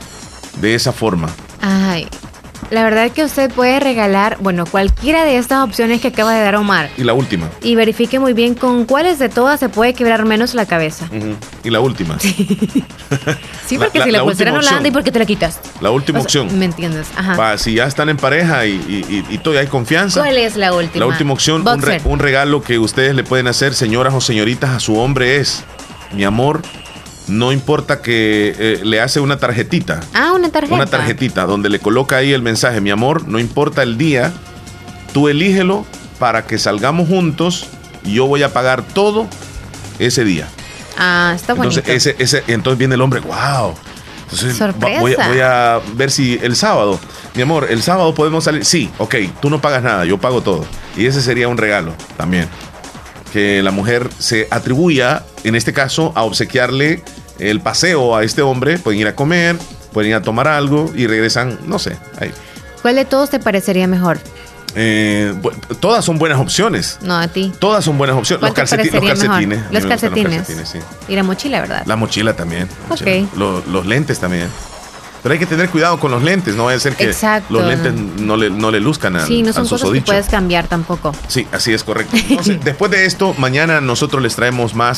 De esa forma. Ay, la verdad es que usted puede regalar, cualquiera de estas opciones que acaba de dar Omar. Y la última. Y verifique muy bien con cuáles de todas se puede quebrar menos la cabeza. Y la última. Sí, porque si la pulsera no la anda, ¿y por qué te la quitas? La última opción. ¿Me entiendes? Ajá. Si ya están en pareja y todavía hay confianza. ¿Cuál es la última? La última opción, un regalo que ustedes le pueden hacer, señoras o señoritas, a su hombre es: mi amor, no importa que le hace una tarjetita. Una tarjeta. Una tarjetita donde le coloca ahí el mensaje: mi amor, no importa el día, tú elígelo para que salgamos juntos y yo voy a pagar todo ese día. Está bonito. Entonces viene el hombre, wow. Entonces sorpresa. Voy a ver si el sábado, mi amor, el sábado podemos salir. Sí, ok, tú no pagas nada, yo pago todo. Y ese sería un regalo también. Que la mujer se atribuya, en este caso, a obsequiarle el paseo a este hombre. Pueden ir a comer, pueden ir a tomar algo y regresan, no sé. Ahí. ¿Cuál de todos te parecería mejor? Todas son buenas opciones. No, a ti. Todas son buenas opciones. Los calcetines. Los calcetines. Sí. Y la mochila, ¿verdad? La mochila también. Ok. Los lentes también. Pero hay que tener cuidado con los lentes. No vaya a ser que los lentes no le luzcan al Sí, no son cosas susodicho. que puedes cambiar tampoco. Sí, así es correcto. Entonces, después de esto, mañana nosotros les traemos más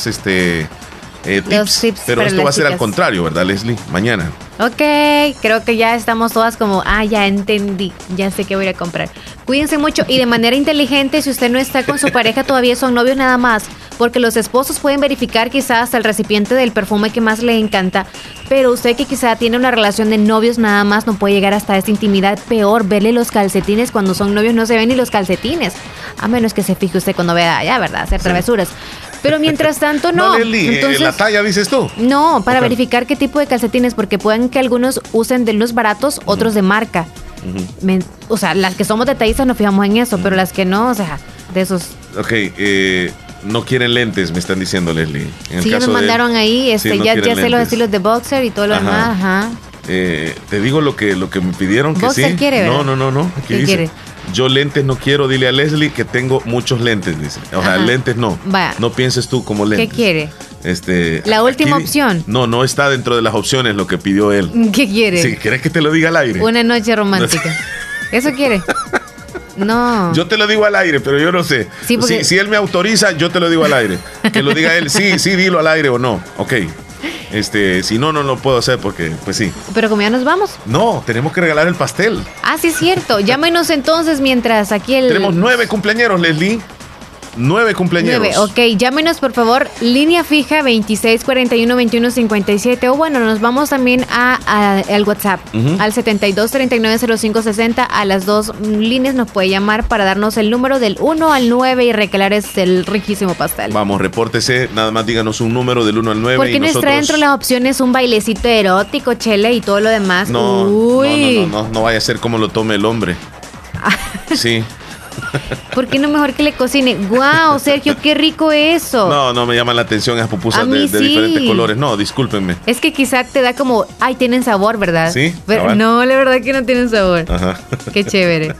tips. Pero esto va a ser al contrario, ¿verdad, Leslie? Mañana. Ok, creo que ya estamos todas como, ya entendí, ya sé qué voy a ir a comprar. Cuídense mucho y de manera inteligente, si usted no está con su pareja, todavía son novios nada más, porque los esposos pueden verificar quizás hasta el recipiente del perfume que más le encanta, pero usted que quizá tiene una relación de novios nada más no puede llegar hasta esa intimidad. Peor, verle los calcetines. Cuando son novios no se ven ni los calcetines, a menos que se fije usted cuando vea allá, ¿verdad? Hacer travesuras. Pero mientras tanto, no. Leslie, entonces, ¿la talla dices tú? No, para verificar qué tipo de calcetines, porque pueden que algunos usen de unos baratos, otros de marca. Las que somos detallistas nos fijamos en eso, pero las que no, de esos. Ok, no quieren lentes, me están diciendo, Leslie. Sí, ya me mandaron ahí, no ya sé los estilos de boxer y todo lo demás, ajá. Te digo lo que me pidieron, que boxer sí. Quiere, ¿verdad? No. ¿Qué quiere? Yo lentes no quiero, dile a Leslie que tengo muchos lentes, dice. O sea, lentes no. Vaya. No pienses tú como lentes. ¿Qué quiere? La última opción. No está dentro de las opciones lo que pidió él. ¿Qué quiere? Si quieres que te lo diga al aire. Una noche romántica. ¿Eso quiere? No. Yo te lo digo al aire, pero yo no sé. Sí, porque... si él me autoriza, yo te lo digo al aire. Que lo diga él, sí, dilo al aire o no. Ok. Si no lo puedo hacer porque, pues sí. Pero como ya nos vamos. No, tenemos que regalar el pastel. Ah, sí, es cierto. Llámenos entonces mientras aquí Tenemos 9 cumpleañeros, Leslie. 9 cumpleaños. 9, ok. Llámenos, por favor. Línea fija 2641-2157. O bueno, nos vamos también al WhatsApp. Al 72390560. A las 2 líneas nos puede llamar para darnos el número del 1 al 9 y regalarles el riquísimo pastel. Vamos, repórtese. Nada más díganos un número del 1 al 9. Porque nos trae dentro las opciones un bailecito erótico, chele y todo lo demás. No vaya a ser como lo tome el hombre. Sí. ¿Por qué no mejor que le cocine? ¡Guau, Sergio, qué rico eso! No me llaman la atención esas pupusas de diferentes colores. No, discúlpenme. Es que quizá te da como, ay, tienen sabor, ¿verdad? Sí. Pero no, la verdad que no tienen sabor. Ajá. Qué chévere.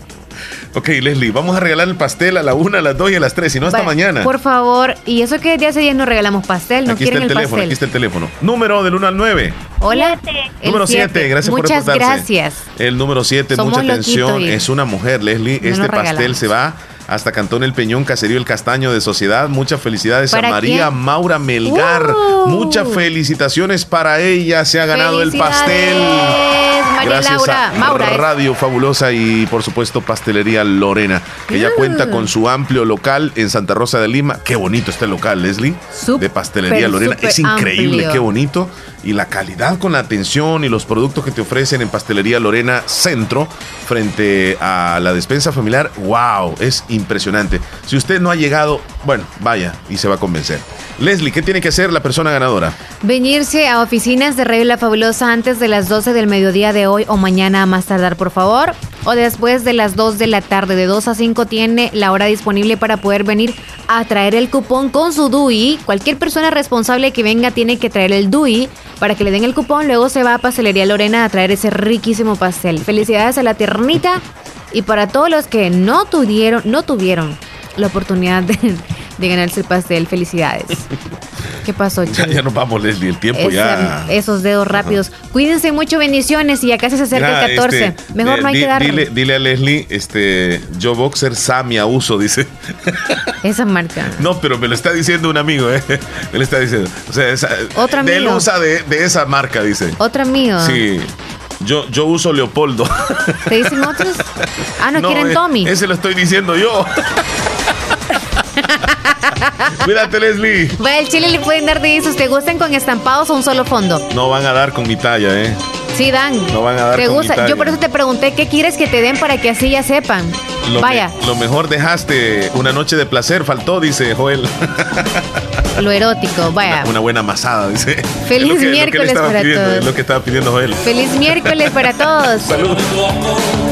Ok, Leslie, vamos a regalar el pastel a la 1, a las 2 y a las 3, si no hasta mañana. Por favor, y eso que desde hace días no regalamos pastel, no quieren el pastel. Aquí está el teléfono. Número del 1 al 9. Hola. Número 7, gracias por reportarse. Muchas gracias. El número 7, mucha atención, es una mujer, Leslie. Este pastel se va hasta Cantón El Peñón, Caserío El Castaño de Sociedad. Muchas felicidades a María Maura Melgar. Muchas felicitaciones para ella. Se ha ganado el pastel. Gracias a Radio Fabulosa y por supuesto Pastelería Lorena, que ya cuenta con su amplio local en Santa Rosa de Lima. Qué bonito este local, Leslie, de Pastelería Lorena. Es increíble, qué bonito. Y la calidad con la atención y los productos que te ofrecen en Pastelería Lorena Centro frente a la despensa familiar, wow, es impresionante. Si usted no ha llegado, bueno, vaya y se va a convencer. Leslie, ¿qué tiene que hacer la persona ganadora? Venirse a oficinas de Radio La Fabulosa antes de las 12 del mediodía de hoy o mañana a más tardar, por favor. O después de las 2 de la tarde, de 2 a 5 tiene la hora disponible para poder venir a traer el cupón con su DUI. Cualquier persona responsable que venga tiene que traer el DUI para que le den el cupón. Luego se va a Pastelería Lorena a traer ese riquísimo pastel. Felicidades a la tiernita y para todos los que no tuvieron la oportunidad de ganarse el pastel, felicidades. ¿Qué pasó, chico? Ya nos vamos, Leslie, el tiempo ya. Esos dedos rápidos. Cuídense mucho, bendiciones, y ya casi se acerca el 14. Mejor no hay que darle. Dile a Leslie, yo boxer Samia uso, dice. Esa marca. No, pero me lo está diciendo un amigo, Me lo está diciendo. O sea, otro amigo. Él usa de esa marca, dice. Otro amigo. Sí. Yo uso Leopoldo. ¿Te dicen otros? No quieren Tommy. Ese lo estoy diciendo yo. Cuídate, Leslie. Bueno, el chile le pueden dar de esos. ¿Te gustan con estampados o un solo fondo? No van a dar con mi talla, Sí, dan. No van a dar ¿Te con gusta? mi talla. Yo por eso te pregunté qué quieres que te den para que así ya sepan. Lo mejor dejaste una noche de placer, faltó, dice Joel. Lo erótico, vaya. Una buena masada, dice. Feliz miércoles para todos. Es lo que estaba pidiendo Joel. Feliz miércoles para todos. Saludos.